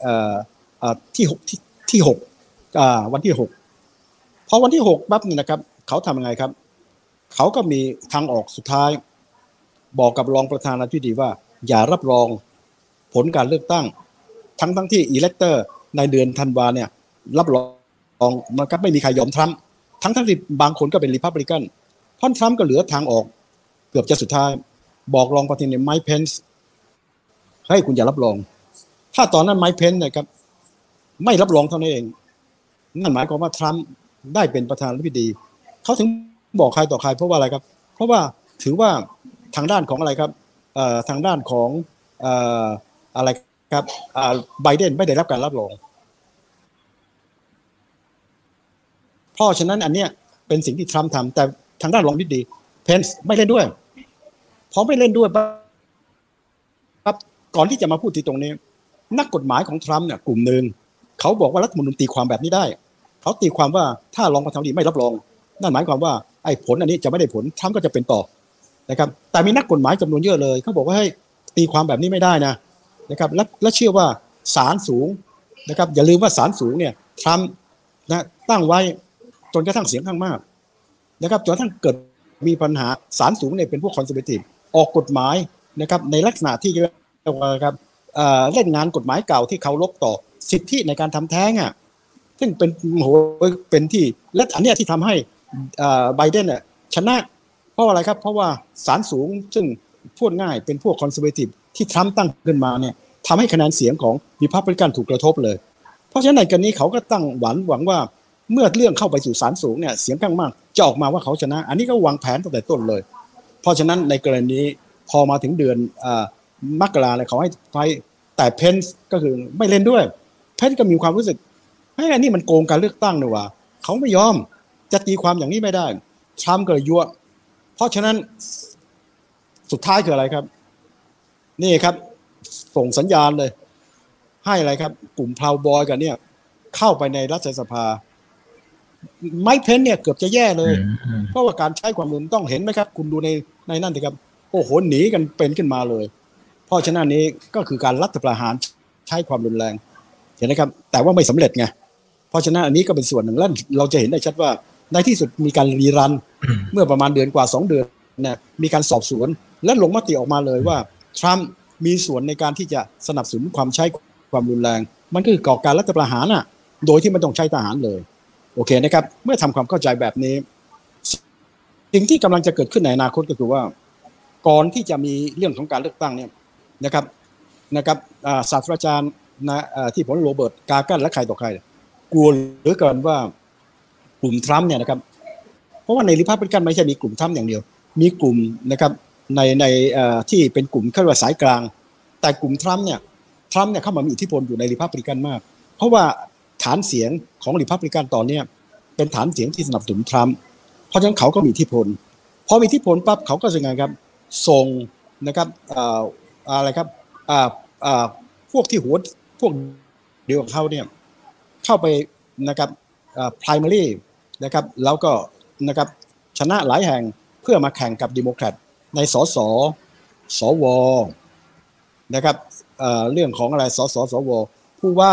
ที่6วันที่6พอวันที่6ปั๊บเนี่ยนะครับเขาทำยังไงครับเขาก็มีทางออกสุดท้ายบอกกับรองประธานาธิบดีว่าอย่ารับรองผลการเลือกตั้งทั้งที่อิเล็กเตอร์ในเดือนธันวาเนี่ยรับรองมันก็ไม่มีใครยอมทรัมป์ทั้งที่บางคนก็เป็นริพับลิกันเพราะทรัมป์ก็เหลือทางออกเกือบจะสุดท้ายบอกรองประธานาธิบดีไมค์เพนซ์ให้คุณอย่ารับรองถ้าตอนนั้นไมค์เพนซ์นะครับไม่รับรองเท่านั้นเองนั่นหมายความว่าทรัมป์ได้เป็นประธานาธิบดีเขาถึงบอกใครต่อใครเพราะว่าอะไรครับเพราะว่าถือว่าทางด้านของอะไรครับทางด้านของอะไรครับไบเดนไม่ได้รับการรับรองเพราะฉะนั้นอันเนี้ยเป็นสิ่งที่ทรัมป์ทำแต่ทางด้านรองทิบดีเพนส์ไม่เล่นด้วยพอไม่เล่นด้วยปั๊บก่อนที่จะมาพูดที่ตรงนี้นักกฎหมายของทรัมป์เนี่ยกลุ่มหนึ่งเขาบอกว่ารัฐธรรมนูญตีความแบบนี้ได้เขาตีความว่าถ้ารองประธานาธิบดีไม่รับรองนั่นหมายความว่าไอ้ผลอันนี้จะไม่ได้ผลทรัมป์ก็จะเป็นต่อนะครับแต่มีนักกฎหมายจำนวนเยอะเลยเขาบอกว่าให้ตีความแบบนี้ไม่ได้นะครับและเชื่อว่าศาลสูงนะครับอย่าลืมว่าศาลสูงเนี่ยทรัมป์นะตั้งไว้จนกระทั่งเสียงข้างมากนะครับจนกระทั่งเกิดมีปัญหาศาลสูงเนี่ยเป็นพวกคอนเซอร์เวทีฟออกกฎหมายนะครับในลักษณะที่ครับเล่นงานกฎหมายเก่าที่เคารพต่อสิทธิในการทำแท้งอ่ะซึ่งเป็นที่และอันเนี้ยที่ทำให้ไบเดนเนี่ยชนะเพราะอะไรครับเพราะว่าศาลสูงซึ่งพูดง่ายเป็นพวกคอนเซอร์เวทีฟที่ทรัมป์ตั้งขึ้นมาเนี่ยทำให้คะแนนเสียงของรีพับลิกันถูกกระทบเลยเพราะฉะนั้นในกรณีเขาก็ตั้งหวังว่าเมื่อเรื่องเข้าไปสู่ศาลสูงเนี่ยเสียงข้างมากจะออกมาว่าเขาชนะอันนี้ก็วางแผนตั้งแต่ต้นเลยเพราะฉะนั้นในกรณีพอมาถึงเดือนมกราเนี่ยเขาให้ไฟแต่เพนส์ก็คือไม่เล่นด้วยเพนส์ก็มีความรู้สึกไอ้อันนี้มันโกงการเลือกตั้งนี่ว่าเขาไม่ยอมจะตีความอย่างนี้ไม่ได้ทรัมป์ก็เลยยั่วเพราะฉะนั้นสุดท้ายคืออะไรครับนี่ครับส่งสัญญาณเลยให้อะไรครับกลุ่มพราวบอยกันเนี่ยเข้าไปในรัฐสภาไมค์เพนส์เนี่ยเกือบจะแย่เลยเพราะว่าการใช้ความรุนแรงต้องเห็นไหมครับคุณดูในนั่นสิครับโอ้โหหนีกันเป็นขึ้นมาเลยเพราะฉะนั้นนี้ก็คือการรัฐประหารใช้ความรุนแรงเห็นไหมครับแต่ว่าไม่สำเร็จไงเพราะฉะนั้นอันนี้ก็เป็นส่วนหนึ่งแล้วเราจะเห็นได้ชัดว่าในที่สุดมีการรีรันเมื่อประมาณเดือนกว่า2 เดือนเนี่ยมีการสอบสวนและลงมติออกมาเลยว่าทรัมป์มีส่วนในการที่จะสนับสนุนความใช้ความรุนแรงมันก็คือก่อการรัฐประหารโดยที่ไม่ต้องใช้ทหารเลยโอเคนะครับเมื่อทำความเข้าใจแบบนี้สิ่งที่กำลังจะเกิดขึ้นในอนาคตก็คือว่าก่อนที่จะมีเรื่องของการเลือกตั้งเนี่ยนะครับศาสตราจารย์ที่ผมโรเบิร์ตกากันและใครต่อใครกลัวเหลือเกินว่ากลุ่มทรัมป์เนี่ยนะครับเพราะว่าในริพับลิกันไม่ใช่มีกลุ่มทรัมป์อย่างเดียวมีกลุ่มนะครับในที่เป็นกลุ่มเข้าว่าสายกลางแต่กลุ่มทรัมป์เนี่ยเข้ามามีอิทธิพลอยู่ในริพับลิกันมากเพราะว่าฐานเสียงของริพับลิกันตอนนี้เป็นฐานเสียงที่สนับสนุนทรัมป์เพราะฉะนั้นเขาก็มีอิทธิพลพอมีอิทธิพลปั๊บเขาก็จะไงครับส่งนะครับอะไรครับพวกที่หัวพวกเดียวกับเขาเนี่ยเข้าไปนะครับprimary นะครับแล้วก็นะครับชนะหลายแห่งเพื่อมาแข่งกับเดโมแครตในสวนะครับเรื่องของอะไรสวผู้ว่า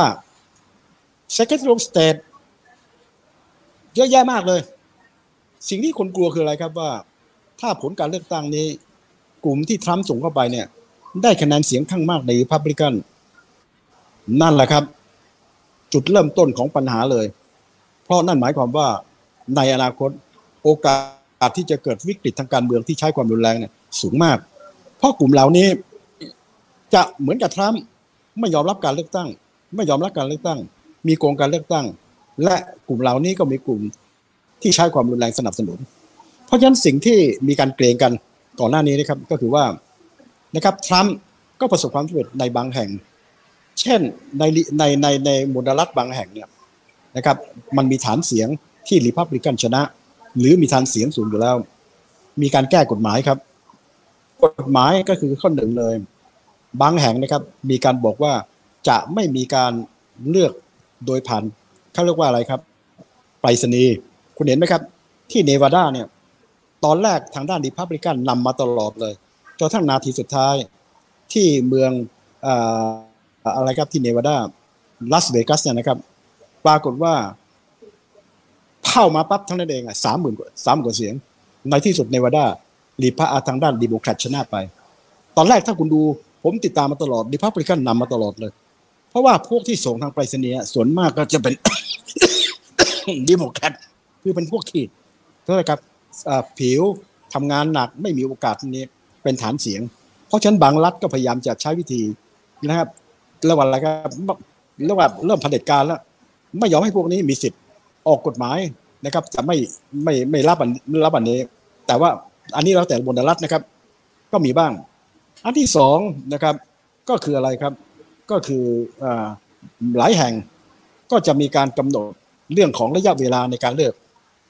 Secretary of State เยอะแยะมากเลยสิ่งที่คนกลัวคืออะไรครับว่าถ้าผลการเลือกตั้งนี้กลุ่มที่ทรัมป์ส่งเข้าไปเนี่ยได้คะแนนเสียงข้างมากในริพับลิกันนั่นแหละครับจุดเริ่มต้นของปัญหาเลยเพราะนั่นหมายความว่าในอนาคตโอกาสที่จะเกิดวิกฤตทางการเมืองที่ใช้ความรุนแรงเนี่ยสูงมากเพราะกลุ่มเหล่านี้จะเหมือนกับทรัมป์ไม่ยอมรับการเลือกตั้งมีโกงการเลือกตั้งและกลุ่มเหล่านี้ก็มีกลุ่มที่ใช้ความรุนแรงสนับสนุนเพราะฉะนั้นสิ่งที่มีการเกรงกันก่อนหน้านี้นะครับก็คือว่านะครับทรัมป์ก็ประสบความสำเร็จในบางแห่งเช่นในโมเดลรัฐบางแห่งเนี่ยนะครับมันมีฐานเสียงที่ริพับลิกันชนะหรือมีฐานเสียงสูงอยู่แล้วมีการแก้กฎหมายครับกฎหมายก็คือข้อหนึ่งเลยบางแห่งนะครับมีการบอกว่าจะไม่มีการเลือกโดยผ่านเขาเรียกว่าอะไรครับไปรษณีย์คุณเห็นไหมครับที่เนวาดาเนี่ยตอนแรกทางด้านริพับลิกันนำมาตลอดเลยจนทั้งนาทีสุดท้ายที่เมืองอะไรครับที่เนวาดาลาสเวกัสเนี่ยนะครับปรากฏว่าเข้ามาปั๊บทั้งนั้นเอง30,000 กว่าเสียงในที่สุดเนวาดาริพับทางด้านเดโมแครตชนะไปตอนแรกถ้าคุณดูผมติดตามมาตลอดริพับลิกันนำมาตลอดเลยเพราะว่าพวกที่ส่งทางไปรษณีย์ส่วนมากก็จะเป็น เดโมแครตคือเป็นพวกที่เท่าไหร่ครับผิวทำงานหนักไม่มีโอกาสนี้เป็นฐานเสียงเพราะฉะนั้นบางรัฐก็พยายามจะใช้วิธีนะครับระหว่างอะไรครับระหว่างเริ่มเผด็จการแล้วไม่ยอมให้พวกนี้มีสิทธิ์ออกกฎหมายนะครับจะไม่รับอันนี้แต่ว่าอันนี้แล้วแต่บนรัฐนะครับก็มีบ้างอันที่สองนะครับก็คืออะไรครับก็คือหลายแห่งก็จะมีการกำหนดเรื่องของระยะเวลาในการเลือก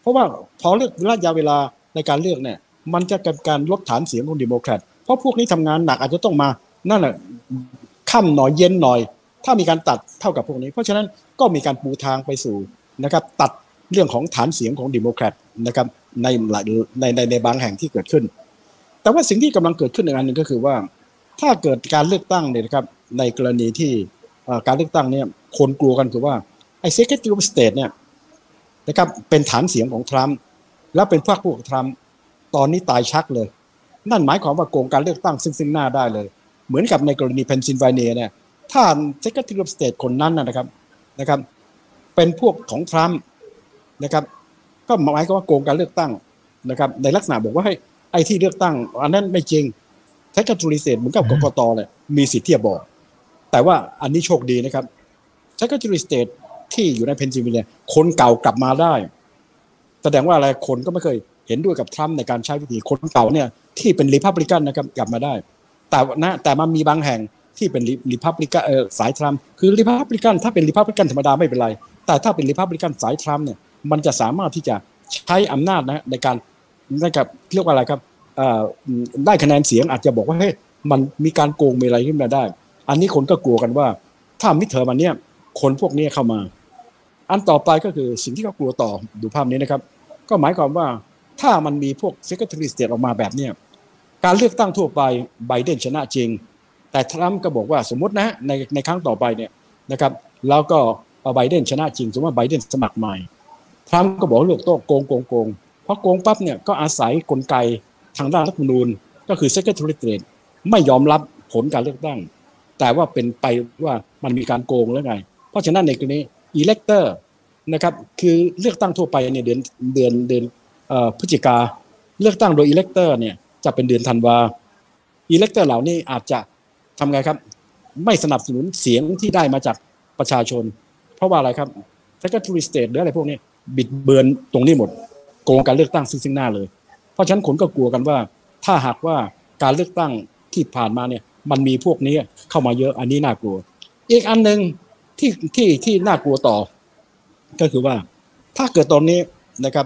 เพราะว่าพอเลือกระยะเวลาในการเลือกเนี่ยมันจะเป็นการลดฐานเสียงของเดโมแครตเพราะพวกนี้ทำงานหนักอาจจะต้องมานั่นแหละค่ำหน่อยเย็นหน่อยถ้ามีการตัดเท่ากับพวกนี้เพราะฉะนั้นก็มีการปูทางไปสู่นะครับตัดเรื่องของฐานเสียงของเดโมแครตนะครับในบางแห่งที่เกิดขึ้นแต่ว่าสิ่งที่กำลังเกิดขึ้นอีกอันหนึ่งก็คือว่าถ้าเกิดการเลือกตั้งเนี่ยนะครับในกรณีที่การเลือกตั้งเนี่ยคนกลัวกันคือว่าไอ้ Secretary of State เนี่ยนะครับเป็นฐานเสียงของทรัมป์แล้วเป็นพรรคพวกทรัมป์ตอนนี้ตายชักเลยนั่นหมายความว่าโกงการเลือกตั้งซึ่งหน้าได้เลยเหมือนกับในกรณีเพนซิลเวเนียเนี่ยถ้า Secretary of State คนนั้นนะครับเป็นพวกของทรัมป์นะครับก็หมายความว่าโกงการเลือกตั้งนะครับในลักษณะบอกว่าให้ไอ้ที่เลือกตั้งอันนั้นไม่จริง Secretary of State เหมือนกับกกตเลยมีสิทธิ์ที่จะบอกแต่ว่าอันนี้โชคดีนะครับ Secretary of State ที่อยู่ในเพนซิลเวเนียคนเก่ากลับมาได้แสดงว่าอะไรคนก็ไม่เคยเห็นด้วยกับทรัมป์ในการใช้วิธีคนเก่าเนี่ยที่เป็นรีพับลิกันนะครับกลับมาได้แต่มันมีบางแห่งที่เป็นรีพับลิกันสายทรัมป์คือรีพับลิกันถ้าเป็นรีพับลิกันธรรมดาไม่เป็นไรแต่ถ้าเป็นรีพับลิกันสายทรัมป์เนี่ยมันจะสามารถที่จะใช้อำนาจนะในการเรียกว่าอะไรครับได้คะแนนเสียงอาจจะบอกว่าเฮ้ยมันมีการโกงมีอะไรขึ้นมาได้อันนี้คนก็กลัวกันว่าถ้ามิดเทอมอันเนี้ยคนพวกนี้เข้ามาอันต่อไปก็คือสิ่งที่เขากลัวต่อดูภาพนี้นะครับก็หมายความว่าถ้ามันมีพวก Secretary of State ออกมาแบบเนี้ยการเลือกตั้งทั่วไปไบเดนชนะจริงแต่ทรัมป์ก็บอกว่าสมมตินะในครั้งต่อไปเนี่ยนะครับแล้วก็ไบเดนชนะจริงสมมติว่าไบเดนสมัครใหม่ทรัมป์ก็บอกเลือกโต้โกงเพราะโกงปั๊บเนี่ยก็อาศัยกลไกทางด้านรัฐธรรมนูญก็คือ Secretary of State ไม่ยอมรับผลการเลือกตั้งแต่ว่าเป็นไปว่ามันมีการโกงแล้วไงเพราะฉะนั้นในกรณี elector นะครับคือเลือกตั้งทั่วไปเนี่ยเดือนพฤศจิกาเลือกตั้งโดย elector เนี่ยจะเป็นเดือนธันวา elector เหล่านี้อาจจะทำไงครับไม่สนับสนุนเสียงที่ได้มาจากประชาชนเพราะว่าอะไรครับ Secretary of State หรืออะไรพวกนี้บิดเบือนตรงนี้หมดโกงการเลือกตั้งซึ่งหน้าเลยเพราะฉะนั้นคนก็กลัวกันว่าถ้าหากว่าการเลือกตั้งที่ผ่านมาเนี่ยมันมีพวกนี้เข้ามาเยอะอันนี้น่ากลัวอีกอันนึงที่น่ากลัวต่อก็คือว่าถ้าเกิดตอนนี้นะครับ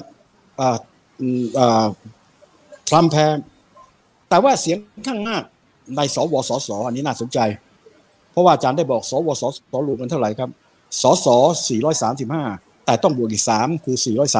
ทรัมป์แพ้แต่ว่าเสียงข้างมากในสวสสอันนี้น่าสนใจเพราะว่าอาจารย์ได้บอกสวสสรวมกันเท่าไหร่ครับสส435แต่ต้องบวกอีก3คือ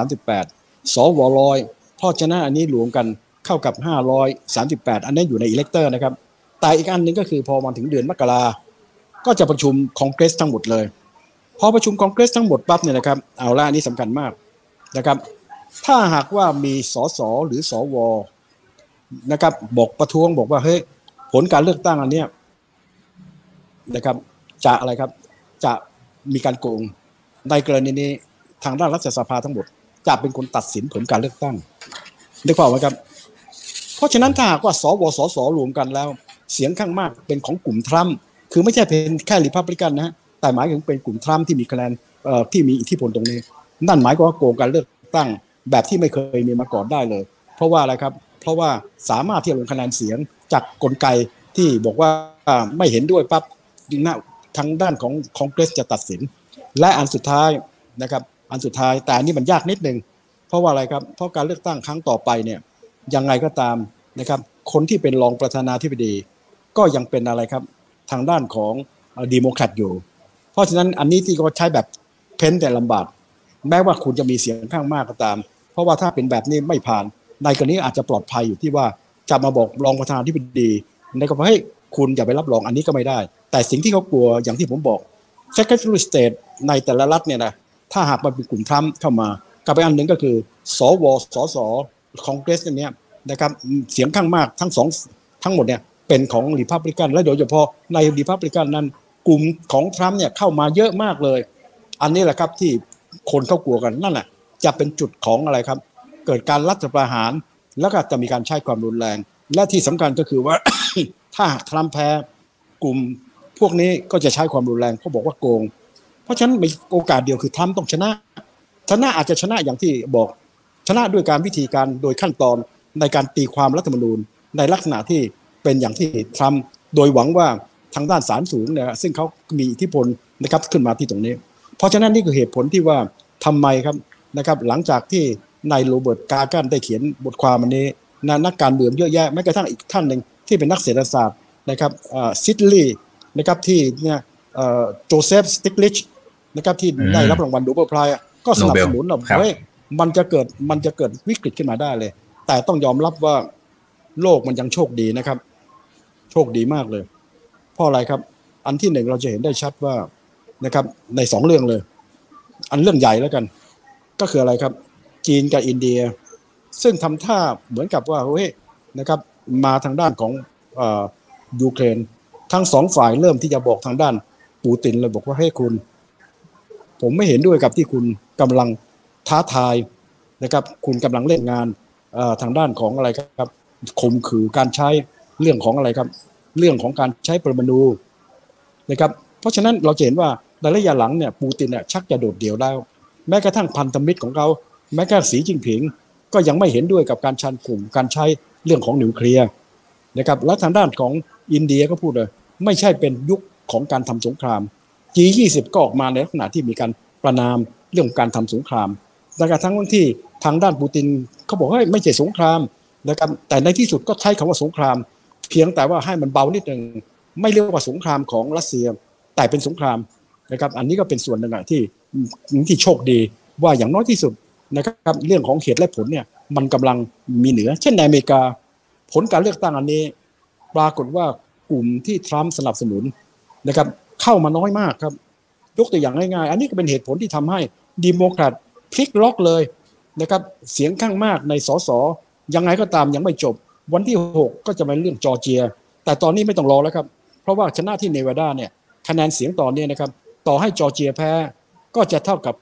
438สว100เพราะฉะนั้นอันนี้รวมกันเข้ากับ538อันนี้อยู่ในอิเล็กเตอร์นะครับแต่อีกอันนึงก็คือพอมาถึงเดือนมกราก็จะประชุมคองเกรสทั้งหมดเลยพอประชุมคองเกรสทั้งหมดปั๊บเนี่ยนะครับเอาละอันนี้สำคัญมากนะครับถ้าหากว่ามีสสหรือสวนะครับบอกประท้วงบอกว่าเฮ้ยผลการเลือกตั้งอันเนี้ยนะครับจะอะไรครับจะมีการโกงในกรณีนี้ทางด้านรัฐสภาทั้งหมดจะเป็นคนตัดสินผลการเลือกตั้งได้ความไหมครับเพราะฉะนั้นถ้าหากว่าสวสสรวมกันแล้วเสียงข้างมากเป็นของกลุ่มทรัมป์คือไม่ใช่เป็นแค่รีพับลิกันนะฮะแต่หมายถึงเป็นกลุ่มทรัมป์ที่มีคะแนนที่มีอิทธิพลตรงนี้นั่นหมายความว่าโกงการเลือกตั้งแบบที่ไม่เคยมีมาก่อนได้เลยเพราะว่าอะไรครับเพราะว่าสามารถที่จะลงคะแนนเสียงจากกลไกที่บอกว่าไม่เห็นด้วยปั๊บทางด้านของคองเกรสจะตัดสินและอันสุดท้ายนะครับอันสุดท้ายแต่อันนี้มันยากนิดนึงเพราะว่าอะไรครับเพราะการเลือกตั้งครั้งต่อไปเนี่ยยังไงก็ตามนะครับคนที่เป็นรองประธานาธิบดีก็ยังเป็นอะไรครับทางด้านของดีโมแครตอยู่เพราะฉะนั้นอันนี้ที่เขาใช้แบบเพ้นแต่ลำบากแม้ว่าคุณจะมีเสียงข้างมากก็ตามเพราะว่าถ้าเป็นแบบนี้ไม่ผ่านในกรณีอาจจะปลอดภัยอยู่ที่ว่าจะมาบอกรองประธานาธิบดีในกรณีให้คุณอย่าไปรับรองอันนี้ก็ไม่ได้แต่สิ่งที่เขากลัวอย่างที่ผมบอก Secretary of State ในแต่ละรัฐเนี่ยนะถ้าหากมันเป็นกลุ่มทรัมป์เข้ามากับอีกอันหนึ่งก็คือสวสสคองเกรสเนี่ยนะครับเสียงข้างมากทั้งหมดเนี่ยเป็นของรีพับลิกันและโดยเฉพาะในรีพับลิกันนั้นกลุ่มของทรัมป์เนี่ยเข้ามาเยอะมากเลยอันนี้แหละครับที่คนเขากลัวกันนั่นแหละจะเป็นจุดของอะไรครับเกิดการรัฐประหารแล้วก็จะมีการใช้ความรุนแรงและที่สำคัญก็คือว่า ถ้าทรัมป์แพ้กลุ่มพวกนี้ก็จะใช้ความรุนแรงเขาบอกว่าโกงเพราะฉะนั้นมีโอกาสเดียวคือทรัมป์ต้องชนะอาจจะชนะอย่างที่บอกชนะด้วยการวิธีการโดยขั้นตอนในการตีความรัฐธรรมนูญในลักษณะที่เป็นอย่างที่ทรัมป์โดยหวังว่าทางด้านศาลสูงเนี่ยซึ่งเขามีอิทธิพลนะครับขึ้นมาที่ตรงนี้เพราะฉะนั้นนี่คือเหตุผลที่ว่าทำไมครับนะครับหลังจากที่นายโรเบิร์ตกากันได้เขียนบทความอันนี้นักการเมืองเยอะแยะแม้กระทั่งอีกท่านหนึ่งที่เป็นนักเศรษฐศาสตร์นะครับซิดลีย์นะครับที่เนี่ยโจเซฟสติกลิชนะครับที่ได้รับรางวัลโนเบลไพรส์ก็สนับสนุนว่าเฮ้ยมันจะเกิดวิกฤตขึ้นมาได้เลยแต่ต้องยอมรับว่าโลกมันยังโชคดีนะครับโชคดีมากเลยเพราะอะไรครับอันที่หนึ่งเราจะเห็นได้ชัดว่านะครับใน2เรื่องเลยอันเรื่องใหญ่แล้วกันก็คืออะไรครับจีนกับอินเดียซึ่งทำท่าเหมือนกับว่าเฮ้ยนะครับมาทางด้านของยูเครนทั้ง2ฝ่ายเริ่มที่จะบอกทางด้านปูตินเลยบอกว่าให้คุณผมไม่เห็นด้วยกับที่คุณกำลังท้าทายนะครับคุณกำลังเล่นงานทางด้านของอะไรครับข่มขืนการใช้เรื่องของอะไรครับเรื่องของการใช้ปรมาณูนะครับเพราะฉะนั้นเราจะเห็นว่าในระยะหลังเนี่ยปูตินเนี่ยชักจะโดดเดี่ยวแล้วแม้กระทั่งพันธมิตรของเขาแม้กระทั่งสีจิ้นผิงก็ยังไม่เห็นด้วยกับการชันกลุ่มการใช้เรื่องของนิวเคลียร์นะครับและทางด้านของอินเดียก็พูดเลยไม่ใช่เป็นยุคของการทำสงคราม G20 ก็ออกมาในลักษณะที่มีการประณามเรื่องของการทำสงครามแต่กระทั่งที่ทางด้านปูตินเขาบอกว่าไม่ใช่สงครามนะครับแต่ในที่สุดก็ใช้คำว่าสงครามเพียงแต่ว่าให้มันเบานิดนึงไม่เรียกว่าสงครามของรัสเซียแต่เป็นสงครามนะครับอันนี้ก็เป็นส่วนหนึ่งที่โชคดีว่าอย่างน้อยที่สุดนะครับเรื่องของเหตุและผลเนี่ยมันกำลังมีเหนือเช่นในอเมริกาผลการเลือกตั้งอันนี้ปรากฏว่ากลุ่มที่ทรัมป์สนับสนุนนะครับเข้ามาน้อยมากครับยกตัวอย่างง่ายๆอันนี้ก็เป็นเหตุผลที่ทำให้ดิโมแครตพลิกล็อกเลยนะครับเสียงข้างมากในสสยังไงก็ตามยังไม่จบวันที่6ก็จะเป็นเรื่องจอร์เจียแต่ตอนนี้ไม่ต้องรอแล้วครับเพราะว่าชนะที่เนวาดาเนี่ยคะแนนเสียงตอนนี้นะครับต่อให้จอร์เจียแพ้ก็จะเท่ากับ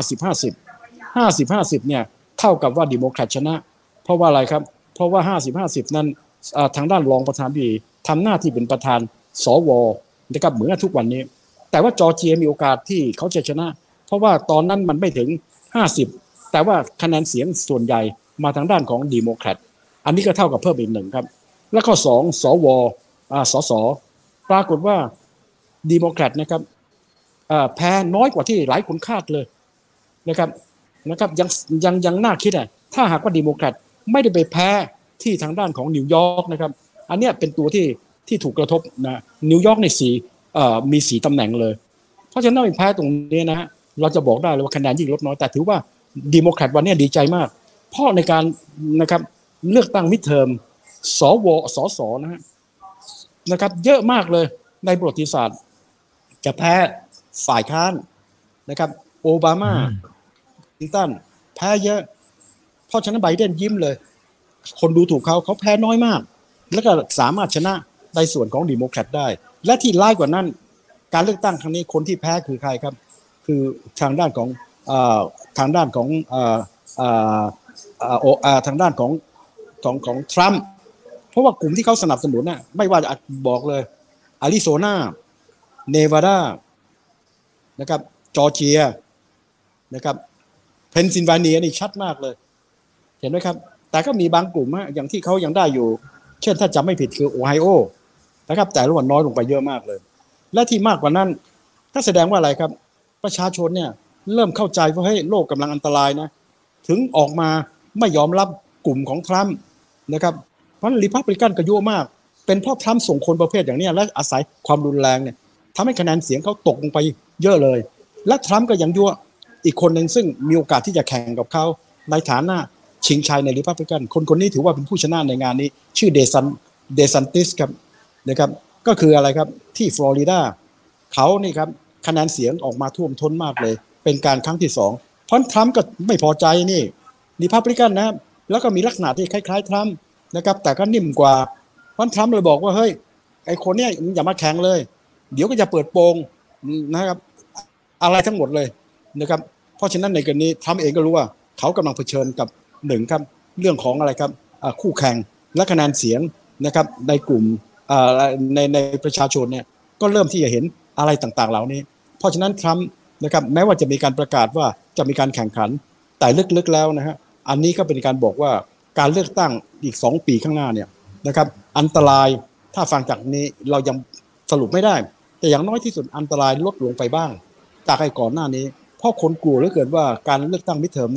50-50เนี่ยเท่ากับว่าดิโมแครตชนะเพราะว่าอะไรครับเพราะว่า50-50นั้นทางด้านรองประธานาธิบดีทำหน้าที่เป็นประธานสวนะครับเหมือนทุกวันนี้แต่ว่าจอร์เจียมีโอกาสที่เขาจะชนะเพราะว่าตอนนั้นมันไม่ถึง50แต่ว่าคะแนนเสียงส่วนใหญ่มาทางด้านของดิโมแครตอันนี้ก็เท่ากับเพิ่มอีก1ครับแล้วก็2สวสสปรากฏว่าดิโมแครตนะครับแพ้น้อยกว่าที่หลายคนคาดเลยนะครับยังน่าคิดถ้าหากว่าดิโมแครตไม่ได้ไปแพ้ที่ทางด้านของนิวยอร์กนะครับอันนี้เป็นตัวที่ถูกกระทบนะนิวยอร์กในมี4ตำแหน่งเลยเพราะฉะนั้นไม่แพ้ตรงนี้นะฮะเราจะบอกได้เลยว่าคะแนนยิ่งลดน้อยแต่ถือว่าดิโมแครตวันนี้ดีใจมากเพราะในการนะครับเลือกตั้งมิดเทอมสวสสนะครับเยอะมากเลยในประวัติศาสตร์จะแพ้ฝ่ายค้านนะครับโอบามาคลินตันแพ้เยอะเพราะฉะนั้นไบเดนยิ้มเลยคนดูถูกเขาแพ้น้อยมากแล้วก็สามารถชนะในส่วนของดิโมแครตได้และที่ร้ายกว่านั้นการเลือกตั้งครั้งนี้คนที่แพ้คือใครครับคือทางด้านของทางด้านของทางด้านของทรัมป์เพราะว่ากลุ่มที่เขาสนับสนุนน่ะไม่ว่าจะบอกเลยอาริโซนาเนวาดานะครับจอร์เจียนะครับเพนซิลเวเนียนี่ชัดมากเลยเห็นไหมครับแต่ก็มีบางกลุ่มอย่างที่เขายังได้อยู่เช่นถ้าจำไม่ผิดคือโอไฮโอนะครับแต่ละวันน้อยลงไปเยอะมากเลยและที่มากกว่านั้นก็แสดงว่าอะไรครับประชาชนเนี่ยเริ่มเข้าใจว่าเฮ้ยโลกกำลังอันตรายนะถึงออกมาไม่ยอมรับกลุ่มของทรัมป์นะครับเพราะรีพับลิกันก็ยั่วมากเป็นเพราะทรัมป์ส่งคนประเภทอย่างนี้และอาศัยความรุนแรงเนี่ยทำให้คะแนนเสียงเขาตกลงไปเยอะเลยและทรัมป์ก็ยังยั่วอีกคนหนึ่งซึ่งมีโอกาสที่จะแข่งกับเขาในฐานะชิงชัยในรีพับลิกันคนนี้ถือว่าเป็นผู้ชนะในงานนี้ชื่อเดซันติสครับนะครับก็คืออะไรครับที่ฟลอริดาเขานี่ครับคะแนนเสียงออกมาท่วมท้นมากเลยเป็นการครั้งที่2เพราะทรัมป์ก็ไม่พอใจนี่รีพับลิกันนะแล้วก็มีลักษณะที่คล้ายๆทรัมป์นะครับแต่ก็นิ่มกว่าเพราะทรัมป์เลยบอกว่าเฮ้ยไอ้คนเนี้ยอย่ามาแข่งเลยเดี๋ยวก็จะเปิดโปงนะครับอะไรทั้งหมดเลยนะครับเพราะฉะนั้นในกรณีทรัมป์เองก็รู้ว่าเขากำลังเผชิญกับ1ครับเรื่องของอะไรครับคู่แข่งและคะแนนเสียงนะครับในกลุ่มในประชาชนเนี่ยก็เริ่มที่จะเห็นอะไรต่างๆเหล่านี้เพราะฉะนั้นทรัมป์นะครับแม้ว่าจะมีการประกาศว่าจะมีการแข่งขันแต่ลึกๆแล้วนะฮะอันนี้ก็เป็นการบอกว่าการเลือกตั้งอีก2ปีข้างหน้าเนี่ยนะครับอันตรายถ้าฟังจากนี้เรายังสรุปไม่ได้แต่อย่างน้อยที่สุดอันตรายลดลงไปบ้างจากไอ้ก่อนหน้านี้เพราะคนกลัวเหลือเกินว่าการเลือกตั้งมิดเทอมเนี่ย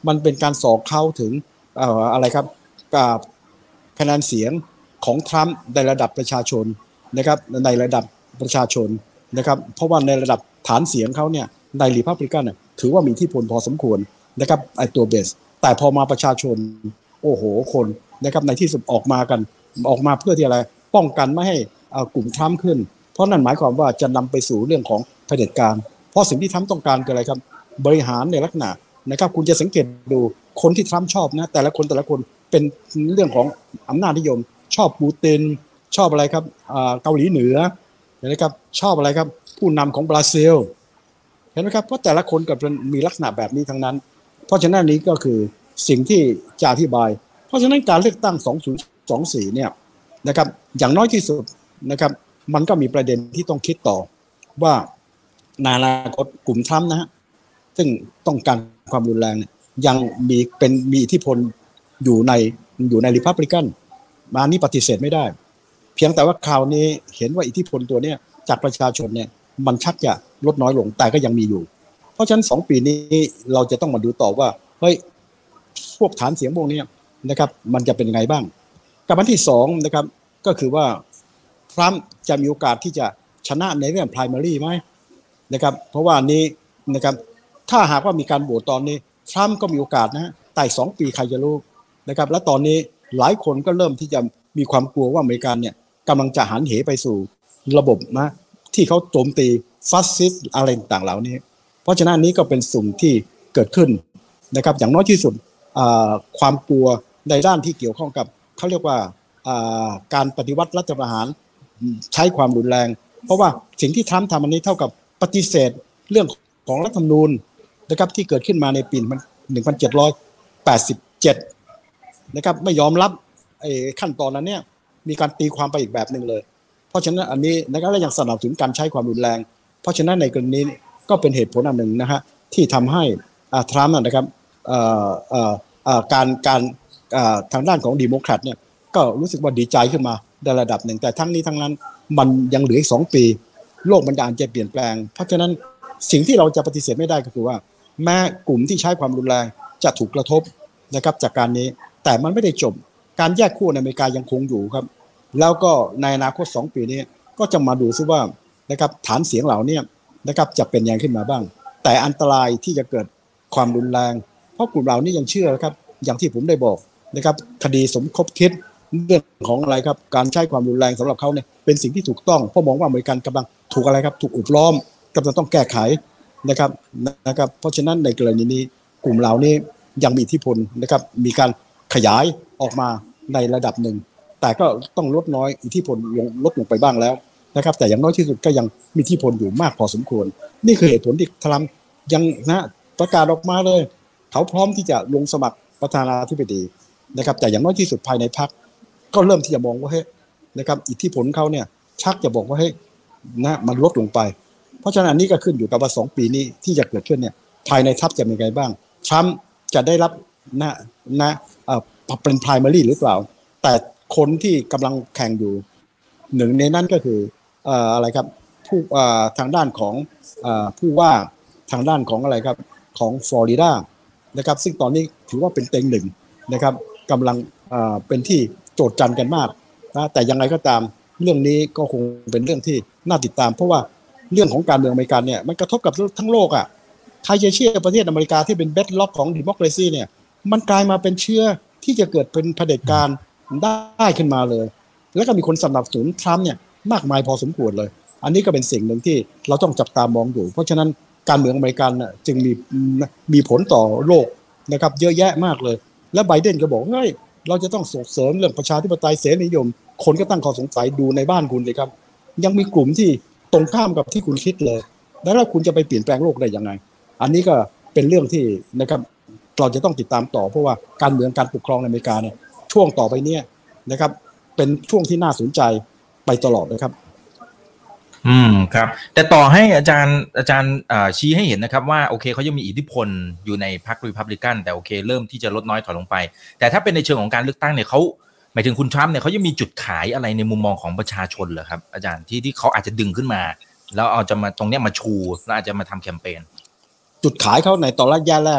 มันเป็นการสอกเข้าถึงอะไรครับกับคะแนนเสียงของทรัมป์ในระดับประชาชนนะครับในระดับประชาชนนะครับเพราะว่าในระดับฐานเสียงเขาเนี่ยในรีพับลิกันเนี่ยถือว่ามีอิทธิพลพอสมควรนะครับไอตัวเบสแต่พอมาประชาชนโอ้โหคนนะครับในที่สุดออกมาเพื่อที่อะไรป้องกันไม่ให้กลุ่มทรัมป์ขึ้นเพราะนั่นหมายความว่าจะนำไปสู่เรื่องของเผด็จการเพราะสิ่งที่ทรัมป์ต้องการคืออะไรครับบริหารในลักษณะนะครับคุณจะสังเกตดูคนที่ทรัมป์ชอบนะแต่ละคนเป็นเรื่องของอำนาจนิยมชอบปูตินชอบอะไรครับเกาหลีเหนือนะครับชอบอะไรครับผู้นำของบราซิลเห็นไหมครับเพราะแต่ละคนกับมีลักษณะแบบนี้ทั้งนั้นเพราะฉะนั้นนี้ก็คือสิ่งที่จะอธิบายเพราะฉะนั้นการเลือกตั้ง2024เนี่ยนะครับอย่างน้อยที่สุดนะครับมันก็มีประเด็นที่ต้องคิดต่อว่าในอนาคตกลุ่มทรัมป์นะฮะซึ่งต้องการความรุนแรงยังมีอิทธิพลอยู่ในริพับลิกันมานี้ปฏิเสธไม่ได้เพียงแต่ว่าคราวนี้เห็นว่าอิทธิพลตัวเนี้ยจากประชาชนเนี่ยมันชักจะลดน้อยลงแต่ก็ยังมีอยู่เพราะฉะนั้น2 ปีนี้เราจะต้องมาดูต่อว่าเฮ้ยพวกฐานเสียงพวกนี้นะครับมันจะเป็นยังไงบ้างกับอันที่2นะครับก็คือว่าทรัมป์จะมีโอกาสที่จะชนะในเรื่อง primary ไหมนะครับเพราะว่านี้นะครับถ้าหากว่ามีการโหวตตอนนี้ทรัมป์ก็มีโอกาสนะแต่2 ปีใครจะรู้นะครับและตอนนี้หลายคนก็เริ่มที่จะมีความกลัวว่าอเมริกันเนี่ยกำลังจะหันเหไปสู่ระบบนะที่เขาโจมตีฟาสซิสต์อะไรต่างๆเหล่านี้เพราะฉะนั้นนี้ก็เป็นสิ่งที่เกิดขึ้นนะครับอย่างน้อยที่สุดความกลัวในด้านที่เกี่ยวข้องกับเขาเรียกว่าการปฏิวัติรัฐประหารใช้ความรุนแรงเพราะว่าสิ่งที่ทรัมป์ทำอันนี้เท่ากับปฏิเสธเรื่องของรัฐธรรมนูญนะครับที่เกิดขึ้นมาในปี1787นะครับไม่ยอมรับขั้นตอนนั้นเนี่ยมีการตีความไปอีกแบบนึงเลยเพราะฉะนั้นอันนี้นะครับและยังสนับสนุนการใช้ความรุนแรงเพราะฉะนั้นในกรณีนี้ก็เป็นเหตุผลอันหนึ่งนะฮะที่ทำให้ทรัมป์นะครับการทางด้านของดิโมแครตเนี่ยก็รู้สึกว่าดีใจขึ้นมาในระดับหนึ่งแต่ทั้งนี้ทั้งนั้นมันยังเหลืออีก2 ปีโลกมันจะเปลี่ยนแปลงเพราะฉะนั้นสิ่งที่เราจะปฏิเสธไม่ได้ก็คือว่าแม้กลุ่มที่ใช้ความรุนแรงจะถูกกระทบนะครับจากการนี้แต่มันไม่ได้จบการแยกขั้วในอเมริกายังคงอยู่ครับแล้วก็ในอนาคต2 ปีนี้ก็จะมาดูซิว่านะครับฐานเสียงเหล่านี้นะครับจะเป็นยังขึ้นมาบ้างแต่อันตรายที่จะเกิดความรุนแรงเพราะกลุ่มเหล่านี้ยังเชื่อครับอย่างที่ผมได้บอกนะครับคดีสมคบคิดเรื่องของอะไรครับการใช้ความรุนแรงสำหรับเขาเนี่ยเป็นสิ่งที่ถูกต้องเพราะมองว่าอเมริกันกำลังถูกอะไรครับถูกอุดล้อมกำลังต้องแก้ไขนะครับเพราะฉะนั้นในกรณีนี้กลุ่มเหล่านี้ยังมีอิทธิพลนะครับมีการขยายออกมาในระดับหนึ่งแต่ก็ต้องลดน้อยอิทธิพลลดลงไปบ้างแล้วนะครับแต่อย่างน้อยที่สุดก็ยังมีอิทธิพลอยู่มากพอสมควรนี่คือเหตุผลที่ทรัมป์ยังประกาศออกมาเลยเขาพร้อมที่จะลงสมัครประธานาธิบดีนะครับแต่อย่างน้อยที่สุดภายในพรรคก็เริ่มที่จะมองว่าเฮ้ยนะครับอิทธิพลเขาเนี่ยชักจะบอกว่าเฮ้ยนะมันลดลงไปเพราะฉะนั้นอันนี้ก็ขึ้นอยู่กับว่า2 ปีนี้ที่จะเกิดขึ้นเนี่ยภายในพรรคจะเป็นไงบ้างทรัมป์จะได้รับเป็น primary หรือเปล่าแต่คนที่กำลังแข่งอยู่หนึ่งในนั้นก็คืออะไรครับผู้ทางด้านของผู้ว่าทางด้านของอะไรครับของฟลอริดานะครับซึ่งตอนนี้ถือว่าเป็นเต็งหนึ่งนะครับกำลังเป็นที่โจทย์จันกันมากนะแต่ยังไงก็ตามเรื่องนี้ก็คงเป็นเรื่องที่น่าติดตามเพราะว่าเรื่องของการเมืองอเมริกันเนี่ยมันกระทบกับทั้งโลกอ่ะใครจะเชื่อประเทศอเมริกาที่เป็นเบดล็อกของดิโมคราซีเนี่ยมันกลายมาเป็นเชื้อที่จะเกิดเป็นเผด็จการได้ขึ้นมาเลยแล้วก็มีคนสนับสนุนทรัมป์เนี่ยมากมายพอสมควรเลยอันนี้ก็เป็นสิ่งหนึ่งที่เราต้องจับตามองอยู่เพราะฉะนั้นการเมืองอเมริกันจึงมีผลต่อโลกนะครับเยอะแยะมากเลยและไบเดนก็บอกเฮ้ยเราจะต้องส่งเสริมเรื่องประชาธิปไตยเสรีนิยมคนก็ตั้งข้อสงสัยดูในบ้านคุณเลยครับยังมีกลุ่มที่ตรงข้ามกับที่คุณคิดเลยแล้วคุณจะไปเปลี่ยนแปลงโลกได้ยังไงอันนี้ก็เป็นเรื่องที่นะครับเราจะต้องติดตามต่อเพราะว่าการเมืองการปกครองในอเมริกาเนี่ยช่วงต่อไปเนี่ยนะครับเป็นช่วงที่น่าสนใจไปตลอดนะครับครับแต่ต่อให้อาจารย์ชี้ให้เห็นนะครับว่าโอเคเขายังมีอิทธิพลอยู่ในพรรครีพับลิกันแต่โอเคเริ่มที่จะลดน้อยถอยลงไปแต่ถ้าเป็นในเชิงของการเลือกตั้งเนี่ยเขาหมายถึงคุณทรัมป์เนี่ยเขายังมีจุดขายอะไรในมุมมองของประชาชนเหรอครับอาจารย์ที่เขาอาจจะดึงขึ้นมาแล้วเอาจะมาตรงเนี้ยมาชูแล้วอาจจะมาทำแคมเปญจุดขายเขาในตอนแรกเนี่ย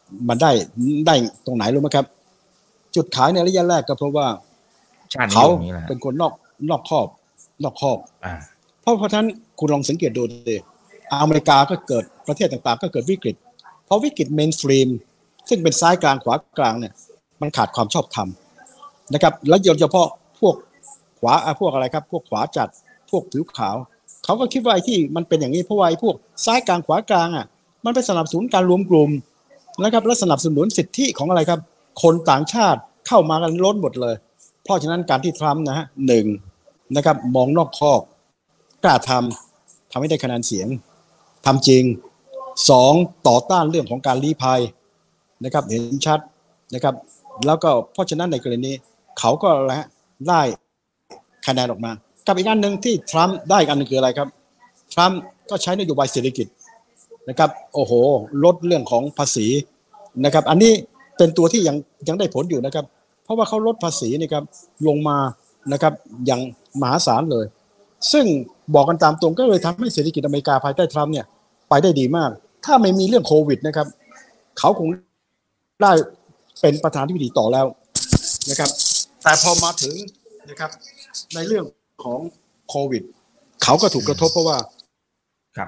มันได้ตรงไหนรู้ไหมครับจุดขายในระยะแรกก็เพราะว่าเขาเป็นคนนอกครอบเพราะฉะนั้นคุณลองสังเกตดูดิอเมริกาก็เกิดประเทศต่างๆก็เกิดวิกฤตเพราะวิกฤตเมนสตรีมซึ่งเป็นซ้ายกลางขวากลางเนี่ยมันขาดความชอบธรรมนะครับและโดยเฉพาะพวกขวาพวกอะไรครับพวกขวาจัดพวกผิวขาวเขาก็คิดว่าไอ้ที่มันเป็นอย่างนี้เพราะว่าไอ้พวกซ้ายกลางขวากลางอ่ะมันไปสนับสนุนการรวมกลุ่มนะครับและสนับสนุนสิทธิของอะไรครับคนต่างชาติเข้ามากันล้นหมดเลยเพราะฉะนั้นการที่ทรัมป์นะฮะหนึ่งนะครับมองนอกคอกกล้าทำให้ได้คะแนนเสียงทำจริงสองต่อต้านเรื่องของการลี้ภัยนะครับเห็นชัดนะครับแล้วก็เพราะฉะนั้นในกรณีเขาก็ได้คะแนนออกมากับอีกอันหนึ่งที่ทรัมป์ได้อันนึงคืออะไรครับทรัมป์ก็ใช้นโยบายเศรษฐกิจนะครับโอ้โหลดเรื่องของภาษีนะครับอันนี้เป็นตัวที่ยังได้ผลอยู่นะครับเพราะว่าเขาลดภาษีนะครับลงมานะครับอย่างมหาศาลเลยซึ่งบอกกันตามตรงก็เลยทำให้เศรษฐกิจอเมริกาภายใต้ทรัมป์เนี่ยไปได้ดีมากถ้าไม่มีเรื่องโควิดนะครับเขาคงได้เป็นประธานาธิบดีต่อแล้วนะครับแต่พอมาถึงนะครับในเรื่องของโควิดเขาก็ถูกกระทบเพราะว่าครับ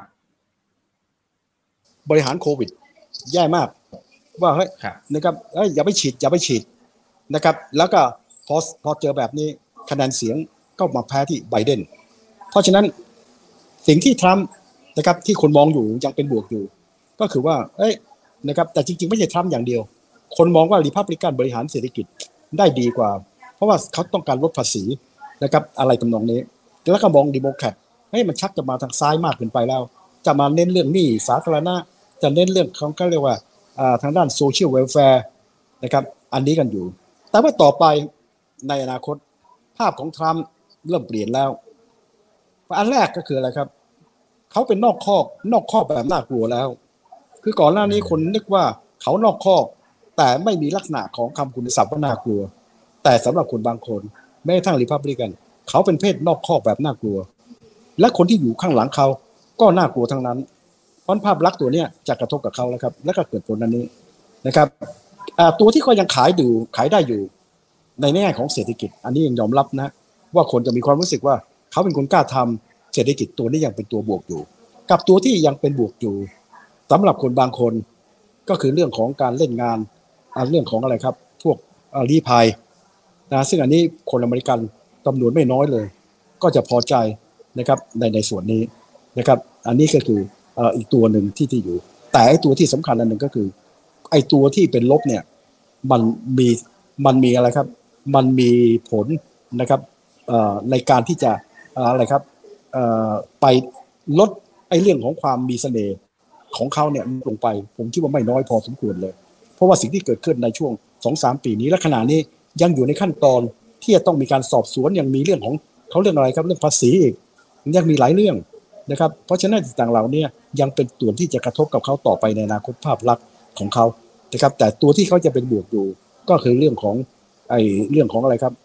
บริหารโควิดแย่มากว่าเฮ้ยนะครับอย่าไปฉีดนะครับแล้วก็พอเจอแบบนี้คะแนนเสียงก็มาแพ้ที่ไบเดนเพราะฉะนั้นสิ่งที่ทรัมป์นะครับที่คนมองอยู่ยังเป็นบวกอยู่ก็คือว่านะครับแต่จริงๆไม่ใช่ทรัมป์อย่างเดียวคนมองว่ารีพับลิกันบริหารเศรษฐกิจได้ดีกว่าเพราะว่าเขาต้องการลดภาษีนะครับอะไรทำนองนี้แล้วก็มองเดโมแครตมันชักจะมาทางซ้ายมากเกินไปแล้วจะมาเน้นเรื่องหนี้สาธารณะจะเน้นเรื่องของก็เรียกว่าทางด้านโซเชียลเวลแฟร์นะครับอันนี้กันอยู่แต่ว่าต่อไปในอนาคตภาพของทรัมป์เริ่มเปลี่ยนแล้วอันแรกก็คืออะไรครับเขาเป็นนอกคอกแบบน่ากลัวแล้วคือก่อนหน้านี้คนนึกว่าเขานอกคอกแต่ไม่มีลักษณะของคำคุณศัพท์ว่าน่ากลัวแต่สำหรับคนบางคนแม้กระทั่งรีพับลิกันเขาเป็นเพศนอกคอกแบบน่ากลัวและคนที่อยู่ข้างหลังเขาก็น่ากลัวทั้งนั้นเพราะภาพลักษณ์ตัวนี้จะกระทบกับเขาแล้วครับและก็เกิดผลนั้นนี้นะครับตัวที่เขายังขายได้อยู่ในแง่ของเศรษฐกิจอันนี้ยังยอมรับนะว่าคนจะมีความรู้สึกว่าเขาเป็นคนกล้าทำเศรษฐกิจตัวนี้ยังเป็นตัวบวกอยู่กับตัวที่ยังเป็นบวกอยู่สำหรับคนบางคนก็คือเรื่องของการเล่นงานเรื่องของอะไรครับพวกลี้ภัยนะซึ่งอันนี้คนอเมริกันจำนวนไม่น้อยเลยก็จะพอใจนะครับในส่วนนี้นะครับอันนี้ก็คืออีกตัวหนึ่งที่อยู่แต่ไอ้ตัวที่สำคัญอันหนึ่งก็คือไอ้ตัวที่เป็นลบเนี่ยมันมีอะไรครับมันมีผลนะครับในการที่จะอะไรครับไปลดไอ้เรื่องของความมีเสน่ห์ของเขาเนี่ยลงไปผมคิดว่าไม่น้อยพอสมควรเลยเพราะว่าสิ่งที่เกิดขึ้นในช่วง 2-3 ปีนี้และขณะนี้ยังอยู่ในขั้นตอนที่จะต้องมีการสอบสวนยังมีเรื่องของเขาเรื่องอะไรครับเรื่องภาษีอีกยังมีหลายเรื่องนะครับเพราะฉะนั้นต่างๆเหล่านี้ยังเป็นตัวที่จะกระทบกับเขาต่อไปในอนาคตภาพลักษณ์ของเขานะครับแต่ตัวที่เขาจะเป็นบวกอยู่ก็คือเรื่องของเรื่องของอะไรครับ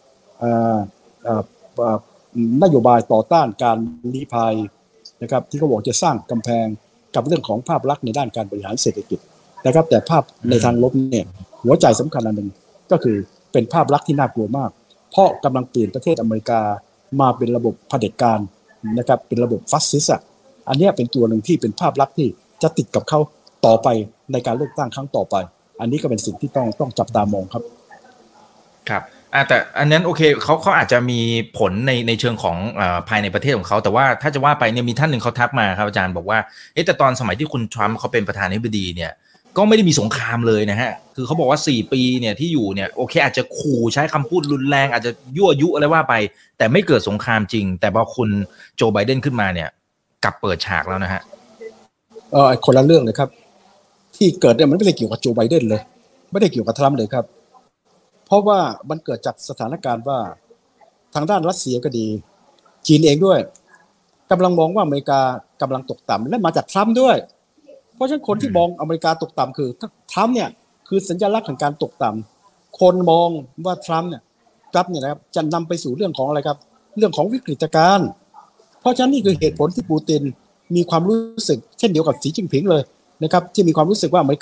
นโยบายต่อต้านการลี้ภัยนะครับที่เขาบอกจะสร้างกำแพงกับเรื่องของภาพลักษณ์ในด้านการบริหารเศรษฐกิจนะครับแต่ภาพในทางลบเนี่ยหัวใจสำคัญอันหนึ่งก็คือเป็นภาพลักษณ์ที่น่ากลัวมากเพราะกำลังเปลี่ยนประเทศอเมริกามาเป็นระบบเผด็จการนะครับเป็นระบบฟาสซิสต์อันนี้เป็นตัวหนึ่งที่เป็นภาพลักษณ์ที่จะติดกับเขาต่อไปในการเลือกตั้งครั้งต่อไปอันนี้ก็เป็นสิ่งที่ต้องจับตามองครับครับแต่อันนั้นโอเคเขาอาจจะมีผลในเชิงของภายในประเทศของเขาแต่ว่าถ้าจะว่าไปเนี่ยมีท่านหนึ่งเขาทักมาครับอาจารย์บอกว่าแต่ตอนสมัยที่คุณทรัมป์เขาเป็นประธานาธิบดีเนี่ยก็ไม่ได้มีสงครามเลยนะฮะคือเขาบอกว่า4ปีเนี่ยที่อยู่เนี่ยโอเคอาจจะขู่ใช้คำพูดรุนแรงอาจจะยั่วยุอะไรว่าไปแต่ไม่เกิดสงครามจริงแต่พอคุณโจไบเดนขึ้นมาเนี่ยกลับเปิดฉากแล้วนะฮะคนละเรื่องเลยครับที่เกิดเนี่ยมันไม่ได้เกี่ยวกับโจไบเดนเลยไม่ได้เกี่ยวกับทรัมป์เลยครับเพราะว่ามันเกิดจากสถานการณ์ว่าทางด้านรัสเซียก็ดีจีนเองด้วยกำลังมองว่าอเมริกากำลังตกต่ำและมาจากทรัมป์ด้วยเพราะฉะนั้นคนที่มองอเมริกาตกต่ำคือทรัมป์เนี่ยคือสัญลักษณ์ของการตกต่ำคนมองว่าทรัมป์เนี่ยนะครับจะนำไปสู่เรื่องของอะไรครับเรื่องของวิกฤตการณ์เพราะฉะนั้นนี่คือเหตุผลที่ปูตินมีความรู้สึกเช่นเดียวกับสีจิ้นผิงเลยนะครับที่มีความรู้สึกว่าอเมริกาเนี่ย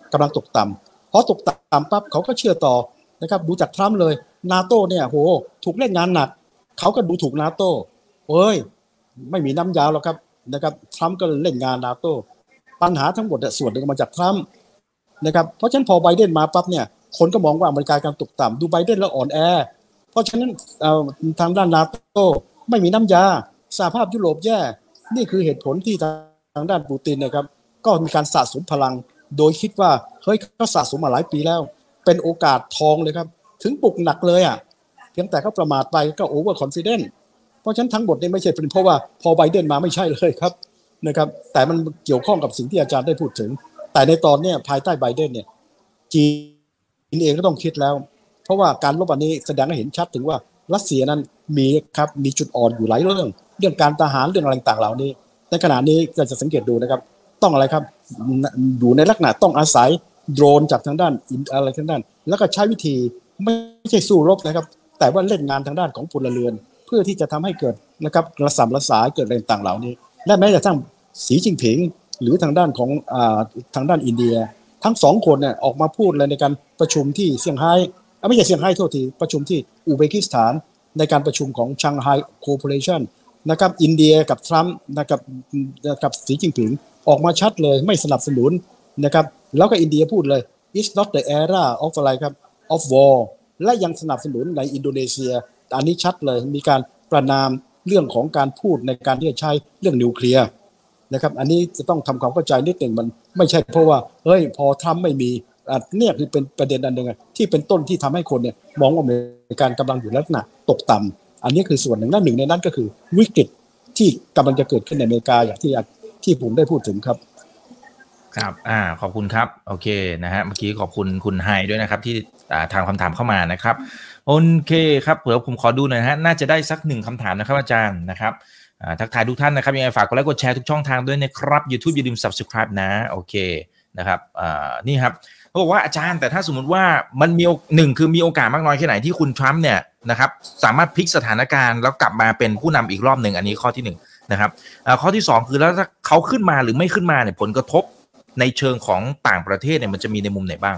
กำลังตกต่ำพอตกต่ำปั๊บเขาก็เชื่อต่อนะครับดูจากทรัมป์เลยนาโต้เนี่ยโหถูกเล่นงานหนักเขาก็ดูถูกนาโต้เอ้ยไม่มีน้ำยาหรอกครับนะครับทรัมป์ก็เล่นงานนาโต้ปัญหาทั้งหมดส่วนหนึ่งมาจากทรัมป์นะครับเพราะฉะนั้นพอไบเดนมาปั๊บเนี่ยคนก็มองว่าอเมริกาการตกต่ำดูไบเดนแล้วอ่อนแอเพราะฉะนั้นทางด้านนาโต้ไม่มีน้ำยาสหภาพยุโรปแย่นี่คือเหตุผลที่ทางด้านปูตินนะครับก็มีการสะสมพลังโดยคิดว่าเฮ้ยเขาสะสมมาหลายปีแล้วเป็นโอกาสทองเลยครับถึงปลุกหนักเลยเพียงแต่เขาประมาทไปก็โอเวอร์คอนฟิเดนซ์เพราะฉะนั้นทั้งหมดนี่ไม่ใช่เป็นเพราะว่าพอไบเดนมาไม่ใช่เลยครับนะครับแต่มันเกี่ยวข้องกับสิ่งที่อาจารย์ได้พูดถึงแต่ในตอนนี้ภายใต้ไบเดนเนี่ยจีนเองก็ต้องคิดแล้วเพราะว่าการรบอันนี้แสดงให้เห็นชัดถึงว่ารัสเซียนั้นมีจุดอ่อนอยู่หลายเรื่องการทหารเรื่องอะไรต่างๆเหล่านี้ในขณะนี้จะสังเกตดูนะครับต้องอะไรครับอยู่ในลักษณะต้องอาศัยโดรนจากทางด้านอะไรทางด้านแล้วก็ใช้วิธีไม่ใช่สู้รบนะครับแต่ว่าเล่นงานทางด้านของพลเรือนเพื่อที่จะทำให้เกิดนะครับระสำระสายเกิดอะไรต่างๆเหล่านี้และแม้กระทั่งสีจิ้นผิงหรือทางด้านของทางด้านอินเดียทั้งสองคนเนี่ยออกมาพูดเลยในการประชุมที่เซี่ยงไฮ้ไม่ใช่เซี่ยงไฮ้โทษทีประชุมที่อุซเบกิสถานในการประชุมของชังไฮโคโพเรชั่นนะครับอินเดียกับทรัมป์กับสีจิ้นผิงออกมาชัดเลยไม่สนับสนุนนะครับแล้วก็อินเดียพูดเลย it's not the era of อะไรครับ of war และยังสนับสนุนในอินโดนีเซียอันนี้ชัดเลยมีการประณามเรื่องของการพูดในการที่จะใช้เรื่องนิวเคลียร์นะครับอันนี้จะต้องทำความเข้าใจนิดหนึ่งมันไม่ใช่เพราะว่าเฮ้ยพอทรัมป์ไม่มีเนี่ยคือเป็นประเด็นอันหนึ่งที่เป็นต้นที่ทำให้คนเนี่ยมองว่าอเมริกากำลังอยู่ลักษณะตกต่ำอันนี้คือส่วนหนึ่งและหนึ่งในนั้นก็คือวิกฤตที่กำลังจะเกิดขึ้นในอเมริกาอย่างที่ผมได้พูดถึงครับครับขอบคุณครับโอเคนะฮะเมื่อกี้ขอบคุณคุณไฮด้วยนะครับที่ทางคำถามเข้ามานะครับโอเคครับเดี๋ยวผมขอดูหน่อยฮะน่าจะได้สัก1คำถามนะครับอาจารย์นะครับทักทายทุกท่านนะครับยังไงฝากกดไลค์กดแชร์ทุกช่องทางด้วยนะครับ YouTube อย่าลืม Subscribe นะโอเคนะครับนี่ครับเขาบอกว่าอาจารย์แต่ถ้าสมมุติว่ามันมีคือมีโอกาสมากน้อยแค่ไหนที่คุณทรัมป์เนี่ยนะครับสามารถพลิกสถานการณ์แล้วกลับมาเป็นผู้นำอีกรอบหนึ่งอันนี้ข้อที่1นะครับข้อที่2คือแล้วถ้าเขาขึ้นมาหรือไม่ขึ้นมาเนี่ยผลกระทบในเชิงของต่างประเทศเนี่ยมันจะมีในมุมไหนบ้าง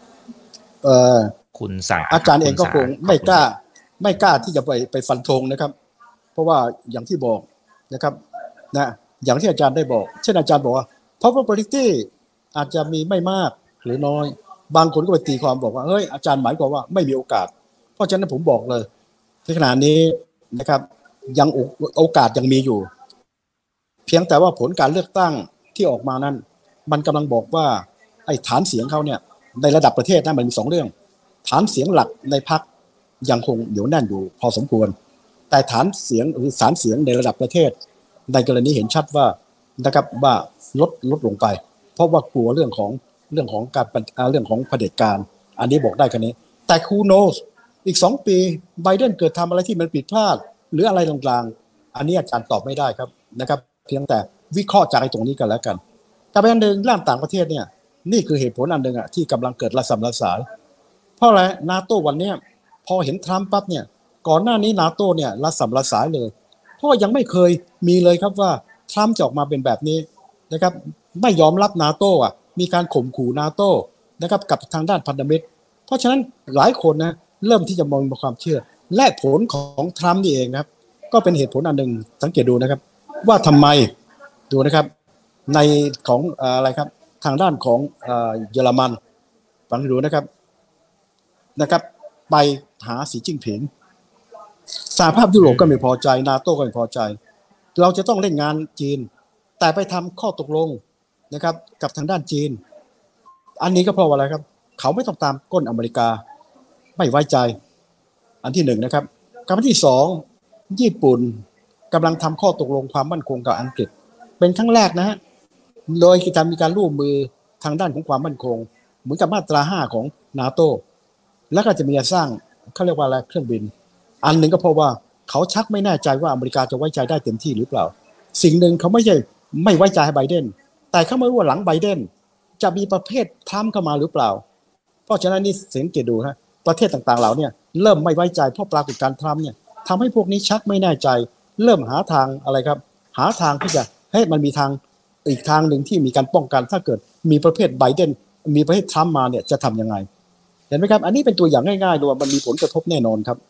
คุณสาอาจารย์เองก็คงไม่กล้าที่จะไปฟันธงนะครับเพราะว่าอย่างที่บอกนะครับนะอย่างที่อาจารย์ได้บอกเช่นอาจารย์บอกว่า probability อาจจะมีไม่มากหรือน้อยบางคนก็ไปตีความบอกว่าเฮ้ยอาจารย์หมายความว่าไม่มีโอกาสเพราะฉะนั้นผมบอกเลยในขณะนี้นะครับยังโอกาสยังมีอยู่เพียงแต่ว่าผลการเลือกตั้งที่ออกมานั้นมันกำลังบอกว่าไอ้ฐานเสียงเขาเนี่ยในระดับประเทศนะมันมี2เรื่องฐานเสียงหลักในพรรคยังคงเหนียวแน่นอยู่พอสมควรแต่ฐานเสียงหรือฐานเสียงในระดับประเทศในกรณีเห็นชัดว่านะครับว่าลดลงไปเพราะว่ากลัวเรื่องของการเรื่องของเผด็จการอันนี้บอกได้แค่นี้แต่ who knows อีก2ปีไบเดนเกิดทำอะไรที่มันผิดพลาดหรืออะไรต่างๆอันนี้อาจารย์ตอบไม่ได้ครับนะครับเพียงแต่วิเคราะห์จากไอ้ตรงนี้กันแล้วกันแต่ประเด็นหนึ่งเรื่องต่างประเทศเนี่ยนี่คือเหตุผลอันหนึ่งที่กำลังเกิดระสำระสายเพราะอะไรนาโต้วันนี้พอเห็นทรัมป์ปั๊บเนี่ยก่อนหน้านี้นาโต้เนี่ยระสำระสายเลยเพราะยังไม่เคยมีเลยครับว่าทรัมป์จะออกมาเป็นแบบนี้นะครับไม่ยอมรับนาโต้มีการข่มขู่นาโต้นะครับกับทางด้านพันธมิตรเพราะฉะนั้นหลายคนนะเริ่มที่จะมองความเชื่อและผลของทรัมป์นี่เองครับก็เป็นเหตุผลอันหนึ่งสังเกตดูนะครับว่าทำไมดูนะครับในของอะไรครับทางด้านของเยอรมันฟังดูนะครับไปหาสีจิ้นผิงสหภาพยุโรปก็ไม่พอใจนาโต้ก็ไม่พอใจเราจะต้องเล่นงานจีนแต่ไปทำข้อตกลงนะครับกับทางด้านจีนอันนี้ก็เพราะอะไรครับเขาไม่ต้องตามก้นอเมริกาไม่ไว้ใจอันที่1นะครับกับอันที่2ญี่ปุ่นกำลังทำข้อตกลงความมั่นคงกับอังกฤษเป็นครั้งแรกนะฮะโดยการมีการร่วมมือทางด้านของความมั่นคงเหมือนกับมาตรา5ของนาโต้แล้วก็จะมีการสร้างเขาเรียกว่าอะไรเครื่องบินอันหนึ่งก็เพราะว่าเขาชักไม่แน่ใจว่าอเมริกาจะไว้ใจได้เต็มที่หรือเปล่าสิ่งหนึ่งเขาไม่ไว้ใจให้ไบเดนแต่เขาไม่รู้ว่าหลังไบเดนจะมีประเภททรัมป์เข้ามาหรือเปล่าเพราะฉะนั้นนี่สังเกตดูฮะประเทศต่างๆเหล่านี้เริ่มไม่ไว้ใจเพราะปรากฏการณ์ทรัมป์เนี่ยทำให้พวกนี้ชักไม่แน่ใจเริ่มหาทางอะไรครับหาทางที่จะให้มันมีทางอีกทางหนึ่งที่มีการป้องกันถ้าเกิดมีประเภทไบเดนมีประเทศทรัมป์มาเนี่ยจะทำยังไงเห็นไหมครับอันนี้เป็นตัวอย่างง่ายๆดูว่ามันมีผลกระทบแน่นอนครับ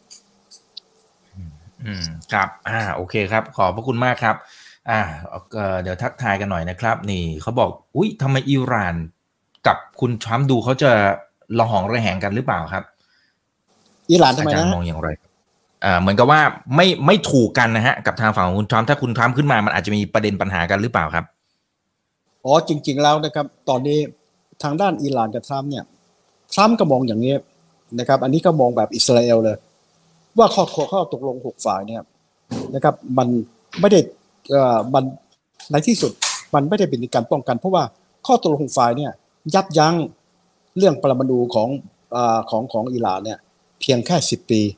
ครับโอเคครับขอบพระคุณมากครับเดี๋ยวทักทายกันหน่อยนะครับนี่เขาบอกอุ้ยทำไมอิหร่านกับคุณทรัมป์ดูเขาจะระหองระแหงกันหรือเปล่าครับอิหร่านทำไมนะอาจารย์มองอย่างไรเหมือนกับว่าไม่ถูกกันนะฮะกับทางฝั่งของคุณทรัมป์ถ้าคุณทรัมป์ขึ้นมามันอาจจะมีประเด็นปัญหากันหรือเปล่าครับจริงๆแล้วนะครับตอนนี้ทางด้านอิหร่านกับทรัมป์เนี่ยทรัมป์ก็มองอย่างนี้นะครับอันนี้ก็มองแบบอิสราเอลเลยว่าข้อตกลง6ฝ่ายเนี่ยนะครับมันไม่ได้มันในที่สุดมันไม่ได้เป็นการป้องกันเพราะว่าข้อตกลง6ฝ่ายเนี่ยยับยั้งเรื่องปรมาณูของอิหร่านเนี่ยเพียงแค่10 ปี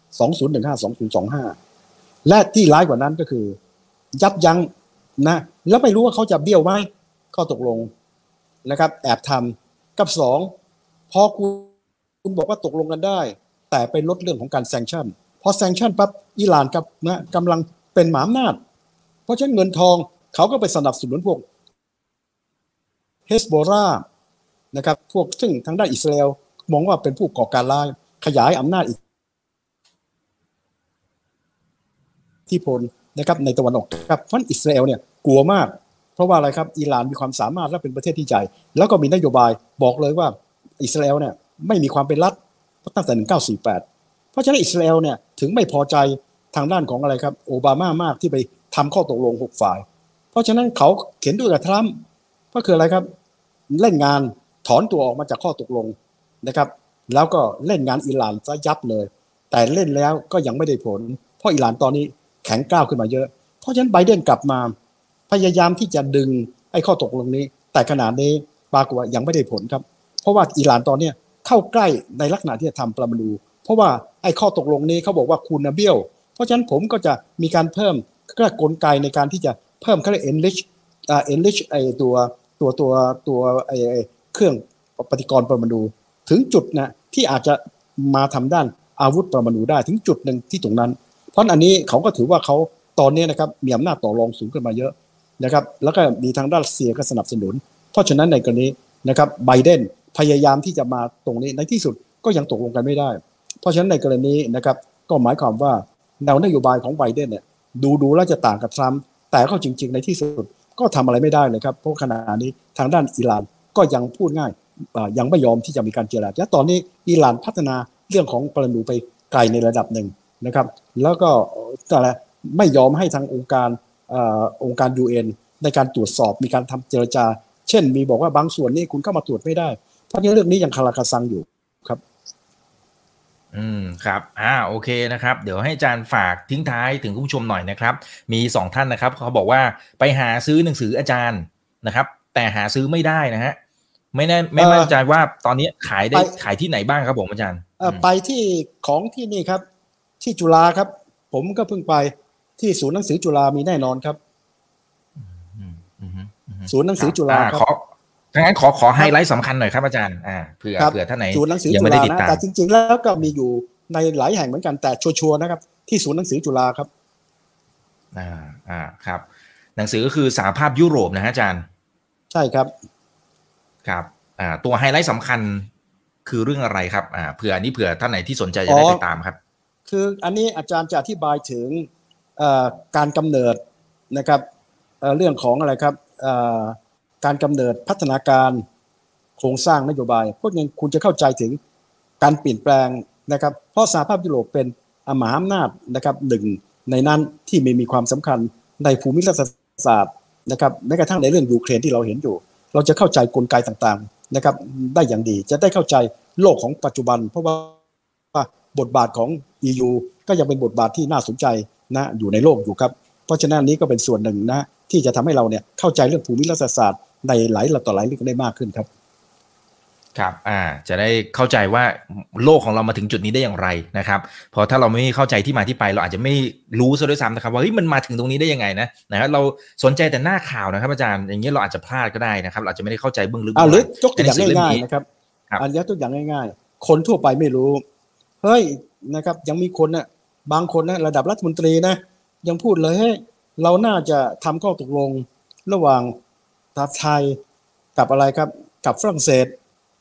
2015-2025และที่ร้ายกว่านั้นก็คือยับยั้งนะแล้วไม่รู้ว่าเขาจะเบี้ยวไหมข้อตกลงนะครับแอบทำกับ2พอคุณบอกว่าตกลงกันได้แต่ไปลดเรื่องของการแซงชั่นพอแซงชั่นปั๊บอิหร่านกับนะกำลังเป็นหมหาอำนาจเพราะฉะนั้นเงินทองเขาก็ไปสนับสนุนพวกเฮสโบลานะครับพวกซึ่งทางด้านอิสราเอลมองว่าเป็นผู้ก่อการร้ายขยายอำนาจอิทธิพลนะครับในตะวันออกครับเพราะอิสราเอลเนี่ยกลัวมากเพราะว่าอะไรครับอิหร่านมีความสามารถและเป็นประเทศที่ใหญ่แล้วก็มีนโยบายบอกเลยว่าอิสราเอลเนี่ยไม่มีความเป็นรัฐตั้งแต่1948เพราะฉะนั้นอิสราเอลเนี่ยถึงไม่พอใจทางด้านของอะไรครับโอบามามากที่ไปทำข้อตกลง6ฝ่ายเพราะฉะนั้นเขาเขียนด้วยกับทรัมป์ก็คืออะไรครับเล่นงานถอนตัวออกมาจากข้อตกลงนะครับแล้วก็เล่นงานอิหร่านซะยับเลยแต่เล่นแล้วก็ยังไม่ได้ผลเพราะอิหร่านตอนนี้แข็งกร้าวขึ้นมาเยอะเพราะฉะนั้นไบเดนกลับมาพยายามที่จะดึงไอ้ข้อตกลงนี้แต่ขณะนี้ปรากฏว่ายังไม่ได้ผลครับเพราะว่าอิหร่านตอนนี้เข้าใกล้ในลักษณะที่จะทำปรมาณูเพราะว่าไอ้ข้อตกลงนี้เขาบอกว่าคุณนะเบี้ยวเพราะฉะนั้นผมก็จะมีการเพิ่มกลไกในการที่จะเพิ่มเขาเรียก enrich ไอ้ตัวไอ้เครื่องปฏิกรณ์ปรมาณูถึงจุดนะที่อาจจะมาทำด้านอาวุธปรมาณูได้ถึงจุดหนึ่งที่ตรงนั้นเพราะอันนี้เขาก็ถือว่าเขาตอนนี้นะครับมีอำนาจต่อรองสูงขึ้นมาเยอะนะครับแล้วก็มีทางด้านรัสเซียก็สนับสนุนเพราะฉะนั้นในกรณีนะครับไบเดนพยายามที่จะมาตรงนี้ในที่สุดก็ยังตกลงกันไม่ได้เพราะฉะนั้นในกรณีนะครับก็หมายความว่าแนวนโยบายของไบเดนเนี่ยดูแล้วจะต่างกับทรัมป์แต่ก็จริงๆในที่สุดก็ทำอะไรไม่ได้เลยครับเพราะขณะนี้ทางด้านอิหร่านก็ยังพูดง่ายยังไม่ยอมที่จะมีการเจรจาตอนนี้อิหร่านพัฒนาเรื่องของปรมาณูไปไกลในระดับหนึ่งนะครับแล้วก็อะไรไม่ยอมให้ทางองค์การ UN ในการตรวจสอบมีการทำเจรจาเช่นมีบอกว่าบางส่วนนี่คุณเข้ามาตรวจไม่ได้เพราะฉะนั้นเรื่องนี้ยังคาราคาซังอยู่ครับครับโอเคนะครับเดี๋ยวให้อาจารย์ฝากทิ้งท้ายถึงผู้ชมหน่อยนะครับมี2ท่านนะครับเขาบอกว่าไปหาซื้อหนังสืออาจารย์นะครับแต่หาซื้อไม่ได้นะฮะไม่มั่นใจว่าตอนนี้ขายที่ไหนบ้างครับผมอาจารย์ไปที่ของที่นี่ครับที่จุฬาครับผมก็เพิ่งไปที่ศูนย์หนังสือจุฬามีแน่นอนครับศูนย์หนังสือจุฬาครับงั้นขอไฮไลท์สำคัญหน่อยครับอาจารย์เผื่อท่านไหนศูนย์หนังสือจุฬานะแต่จริงๆแล้วก็มีอยู่ในหลายแห่งเหมือนกันแต่ชัวร์ๆนะครับที่ศูนย์หนังสือจุฬาครับครับหนังสือก็คือสหภาพยุโรปนะฮะอาจารย์ใช่ครับครับตัวไฮไลท์สำคัญคือเรื่องอะไรครับเผื่อท่านไหนที่สนใจจะได้ไปตามครับคืออันนี้อาจารย์จะอธิบายถึงการกำเนิดนะครับเรื่องของอะไรครับการกำเนิดพัฒนาการโครงสร้างนโยบายพวกนี้คุณจะเข้าใจถึงการเปลี่ยนแปลงนะครับเพราะสหภาพยุโรปเป็นมหาอำนาจนะครับหนึ่งในนั้นที่มีความสำคัญในภูมิรัฐศาสตร์นะครับแม้กระทั่งในเรื่องยูเครนที่เราเห็นอยู่เราจะเข้าใจกลไกต่างๆนะครับได้อย่างดีจะได้เข้าใจโลกของปัจจุบันเพราะว่าบทบาทของ EU ก็ยังเป็นบทบาทที่น่าสนใจนะอยู่ในโลกอยู่ครับเพราะฉะนั้นนี้ก็เป็นส่วนหนึ่งนะที่จะทำให้เราเนี่ยเข้าใจเรื่องภูมิรัฐศาสตร์ในหลายต่อหลายเรื่องได้มากขึ้นครับครับจะได้เข้าใจว่าโลกของเรามาถึงจุดนี้ได้อย่างไรนะครับเพราะถ้าเราไม่เข้าใจที่มาที่ไปเราอาจจะไม่รู้ซะด้วยซ้ำนะครับว่ามันมาถึงตรงนี้ได้ยังไงนะครับเราสนใจแต่หน้าข่าวนะครับอาจารย์อย่างนี้เราอาจจะพลาดก็ได้นะครับเราอาจจะไม่ได้เข้าใจเบื้องลึกหรือยกตัวอย่างง่ายๆนะครับอันนี้ตัวอย่างง่ายๆคนทั่วไปไม่รู้เฮ้ยนะครับยังมีคนบางคนระดับรัฐมนตรีนะยังพูดเลยให้เราน่าจะทำข้อตกลงระหว่างไทยกับอะไรครับกับฝรั่งเศส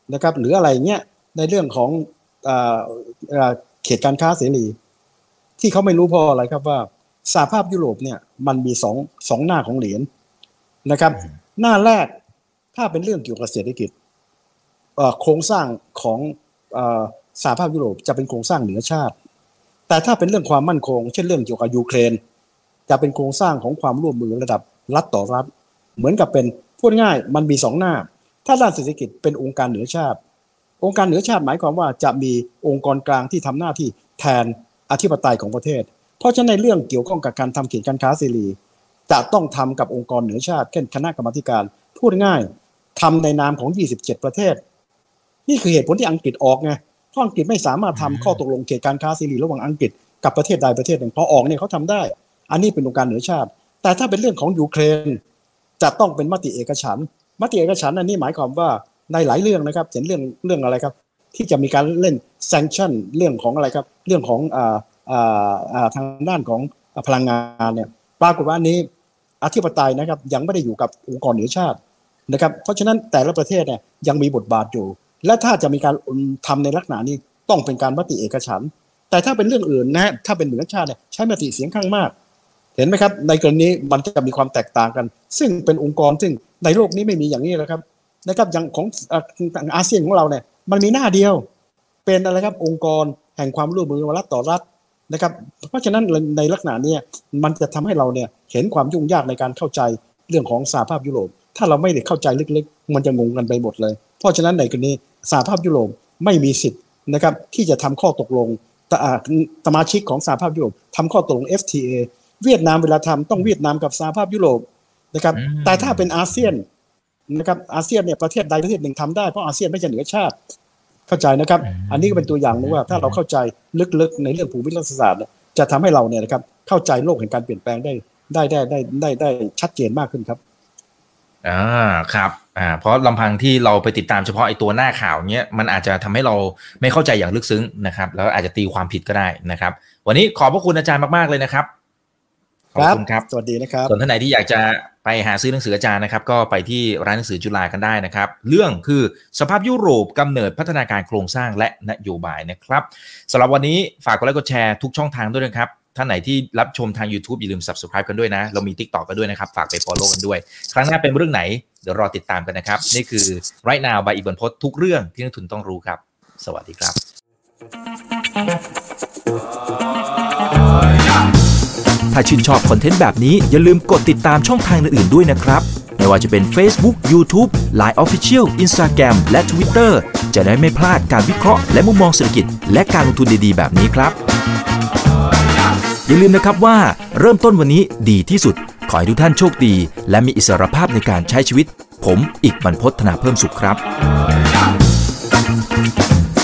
นะครับหรืออะไรเงี้ยในเรื่องของเขตการค้าเสรีที่เขาไม่รู้เพราะอะไรครับว่าสหภาพยุโรปเนี่ยมันมีสองหน้าของเหรียญนะครับหน้าแรกถ้าเป็นเรื่องเกี่ยวกับเศรษฐกิจโครงสร้างของสหภาพยุโรปจะเป็นโครงสร้างเหนือชาติแต่ถ้าเป็นเรื่องความมั่นคงเช่นเรื่องเกี่ยวกับยูเครนจะเป็นโครงสร้างของความร่วมมือระดับรัฐต่อรัฐเหมือนกับเป็นพูดง่ายมันมีสองหน้าถ้าด้านเศรษฐกิจเป็นองค์การเหนือชาติองค์การเหนือชาติหมายความว่าจะมีองค์กรกลางที่ทำหน้าที่แทนอธิปไตยของประเทศเพราะฉะนั้นในเรื่องเกี่ยวข้องกับการทำเขตการค้าเสรีจะต้องทำกับองค์กรเหนือชาติเช่นคณะกรรมาธิการพูดง่ายทำในนามของ27ประเทศนี่คือเหตุผลที่อังกฤษออกไงเพราะอังกฤษไม่สามารถทำข้อตกลงเขตการค้าเสรีระหว่างอังกฤษกับประเทศใดประเทศหนึ่งพอออกเนี่ยเขาทำได้อันนี้เป็นองค์การเหนือชาติแต่ถ้าเป็นเรื่องของยูเครนจะต้องเป็นมติเอกฉันท์มติเอกฉันท์อันนี้หมายความว่าในหลายเรื่องนะครับเช่นเรื่องอะไรครับที่จะมีการเล่น sanction เรื่องของอะไรครับเรื่องของทางด้านของพลังงานเนี่ยปรากฏว่าอันนี้อธิปไตยนะครับยังไม่ได้อยู่กับองค์กรเหนือชาตินะครับเพราะฉะนั้นแต่ละประเทศเนี่ยยังมีบทบาทอยู่และถ้าจะมีการทำในลักษณะนี้ต้องเป็นการมติเอกฉันท์แต่ถ้าเป็นเรื่องอื่นนะถ้าเป็นเหนือชาติเนี่ยใช้มติเสียงข้างมากเห็นไหมครับในกรณีมันจะมีความแตกต่างกันซึ่งเป็นองค์กรซึ่งในโลกนี้ไม่มีอย่างนี้แล้วครับนะครับอย่างของอาเซียนของเราเนี่ยมันมีหน้าเดียวเป็นอะไรครับองค์กรแห่งความร่วมมือรัฐต่อรัฐนะครับเพราะฉะนั้นในลักษณะนี้มันจะทำให้เราเนี่ยเห็นความยุ่งยากในการเข้าใจเรื่องของสหภาพยุโรปถ้าเราไม่ได้เข้าใจลึกๆมันจะงงกันไปหมดเลยเพราะฉะนั้นในกรณีสหภาพยุโรปไม่มีสิทธิ์นะครับที่จะทำข้อตกลงสมาชิกของสหภาพยุโรปทำข้อตกลง FTA เวียดนามเวลาทำต้องเวียดนามกับสหภาพยุโรปนะครับแต่ถ้าเป็นอาเซียนนะครับอาเซียนเนี่ยประเทศใดประเทศหนึ่งทำได้เพราะอาเซียนไม่ใช่เหนือชาติเข้าใจนะครับอันนี้ก็เป็นตัวอย่างนึงว่าถ้าเราเข้าใจลึกๆในเรื่องภูมิรัฐศาสตร์จะทำให้เราเนี่ยนะครับเข้าใจโลกแห่งการเปลี่ยนแปลงได้ชัดเจนมากขึ้นครับครับเพราะลำพังที่เราไปติดตามเฉพาะไอ้ตัวหน้าข่าวเนี้ยมันอาจจะทำให้เราไม่เข้าใจอย่างลึกซึ้งนะครับแล้วอาจจะตีความผิดก็ได้นะครับวันนี้ขอบพระคุณอาจารย์มากๆเลยนะครับขอบคุณครับสวัสดีนะครับส่วนท่านไหนที่อยากจะไปหาซื้อหนังสืออาจารย์นะครับก็ไปที่ร้านหนังสือจุฬากันได้นะครับเรื่องคือสภาพยุโรปกำเนิดพัฒนาการโครงสร้างและนโยบายนะครับสำหรับวันนี้ฝากกดไลค์กดแชร์ทุกช่องทางด้วยนะครับท่านไหนที่รับชมทาง YouTube อย่าลืม Subscribe กันด้วยนะเรามี TikTok กันด้วยนะครับฝากไป Follow กันด้วยครั้งหน้าเป็นเรื่องไหนเดี๋ยวรอติดตามกันนะครับนี่คือ Right Now by อีกบรรพตทุกเรื่องที่นักทุนต้องรู้ครับสวัสดีครับถ้าชื่นชอบคอนเทนต์แบบนี้อย่าลืมกดติดตามช่องทางอื่นๆด้วยนะครับไม่ว่าจะเป็น Facebook, YouTube, Line Official, Instagram และ Twitter จะได้ไม่พลาดการวิเคราะห์และมุมมองเศรษฐกิจและการลงทุนดีๆแบบนี้ครับอย่าลืมนะครับว่าเริ่มต้นวันนี้ดีที่สุดขอให้ทุกท่านโชคดีและมีอิสรภาพในการใช้ชีวิตผมอีกบรรพต ธนาเพิ่มสุขครับ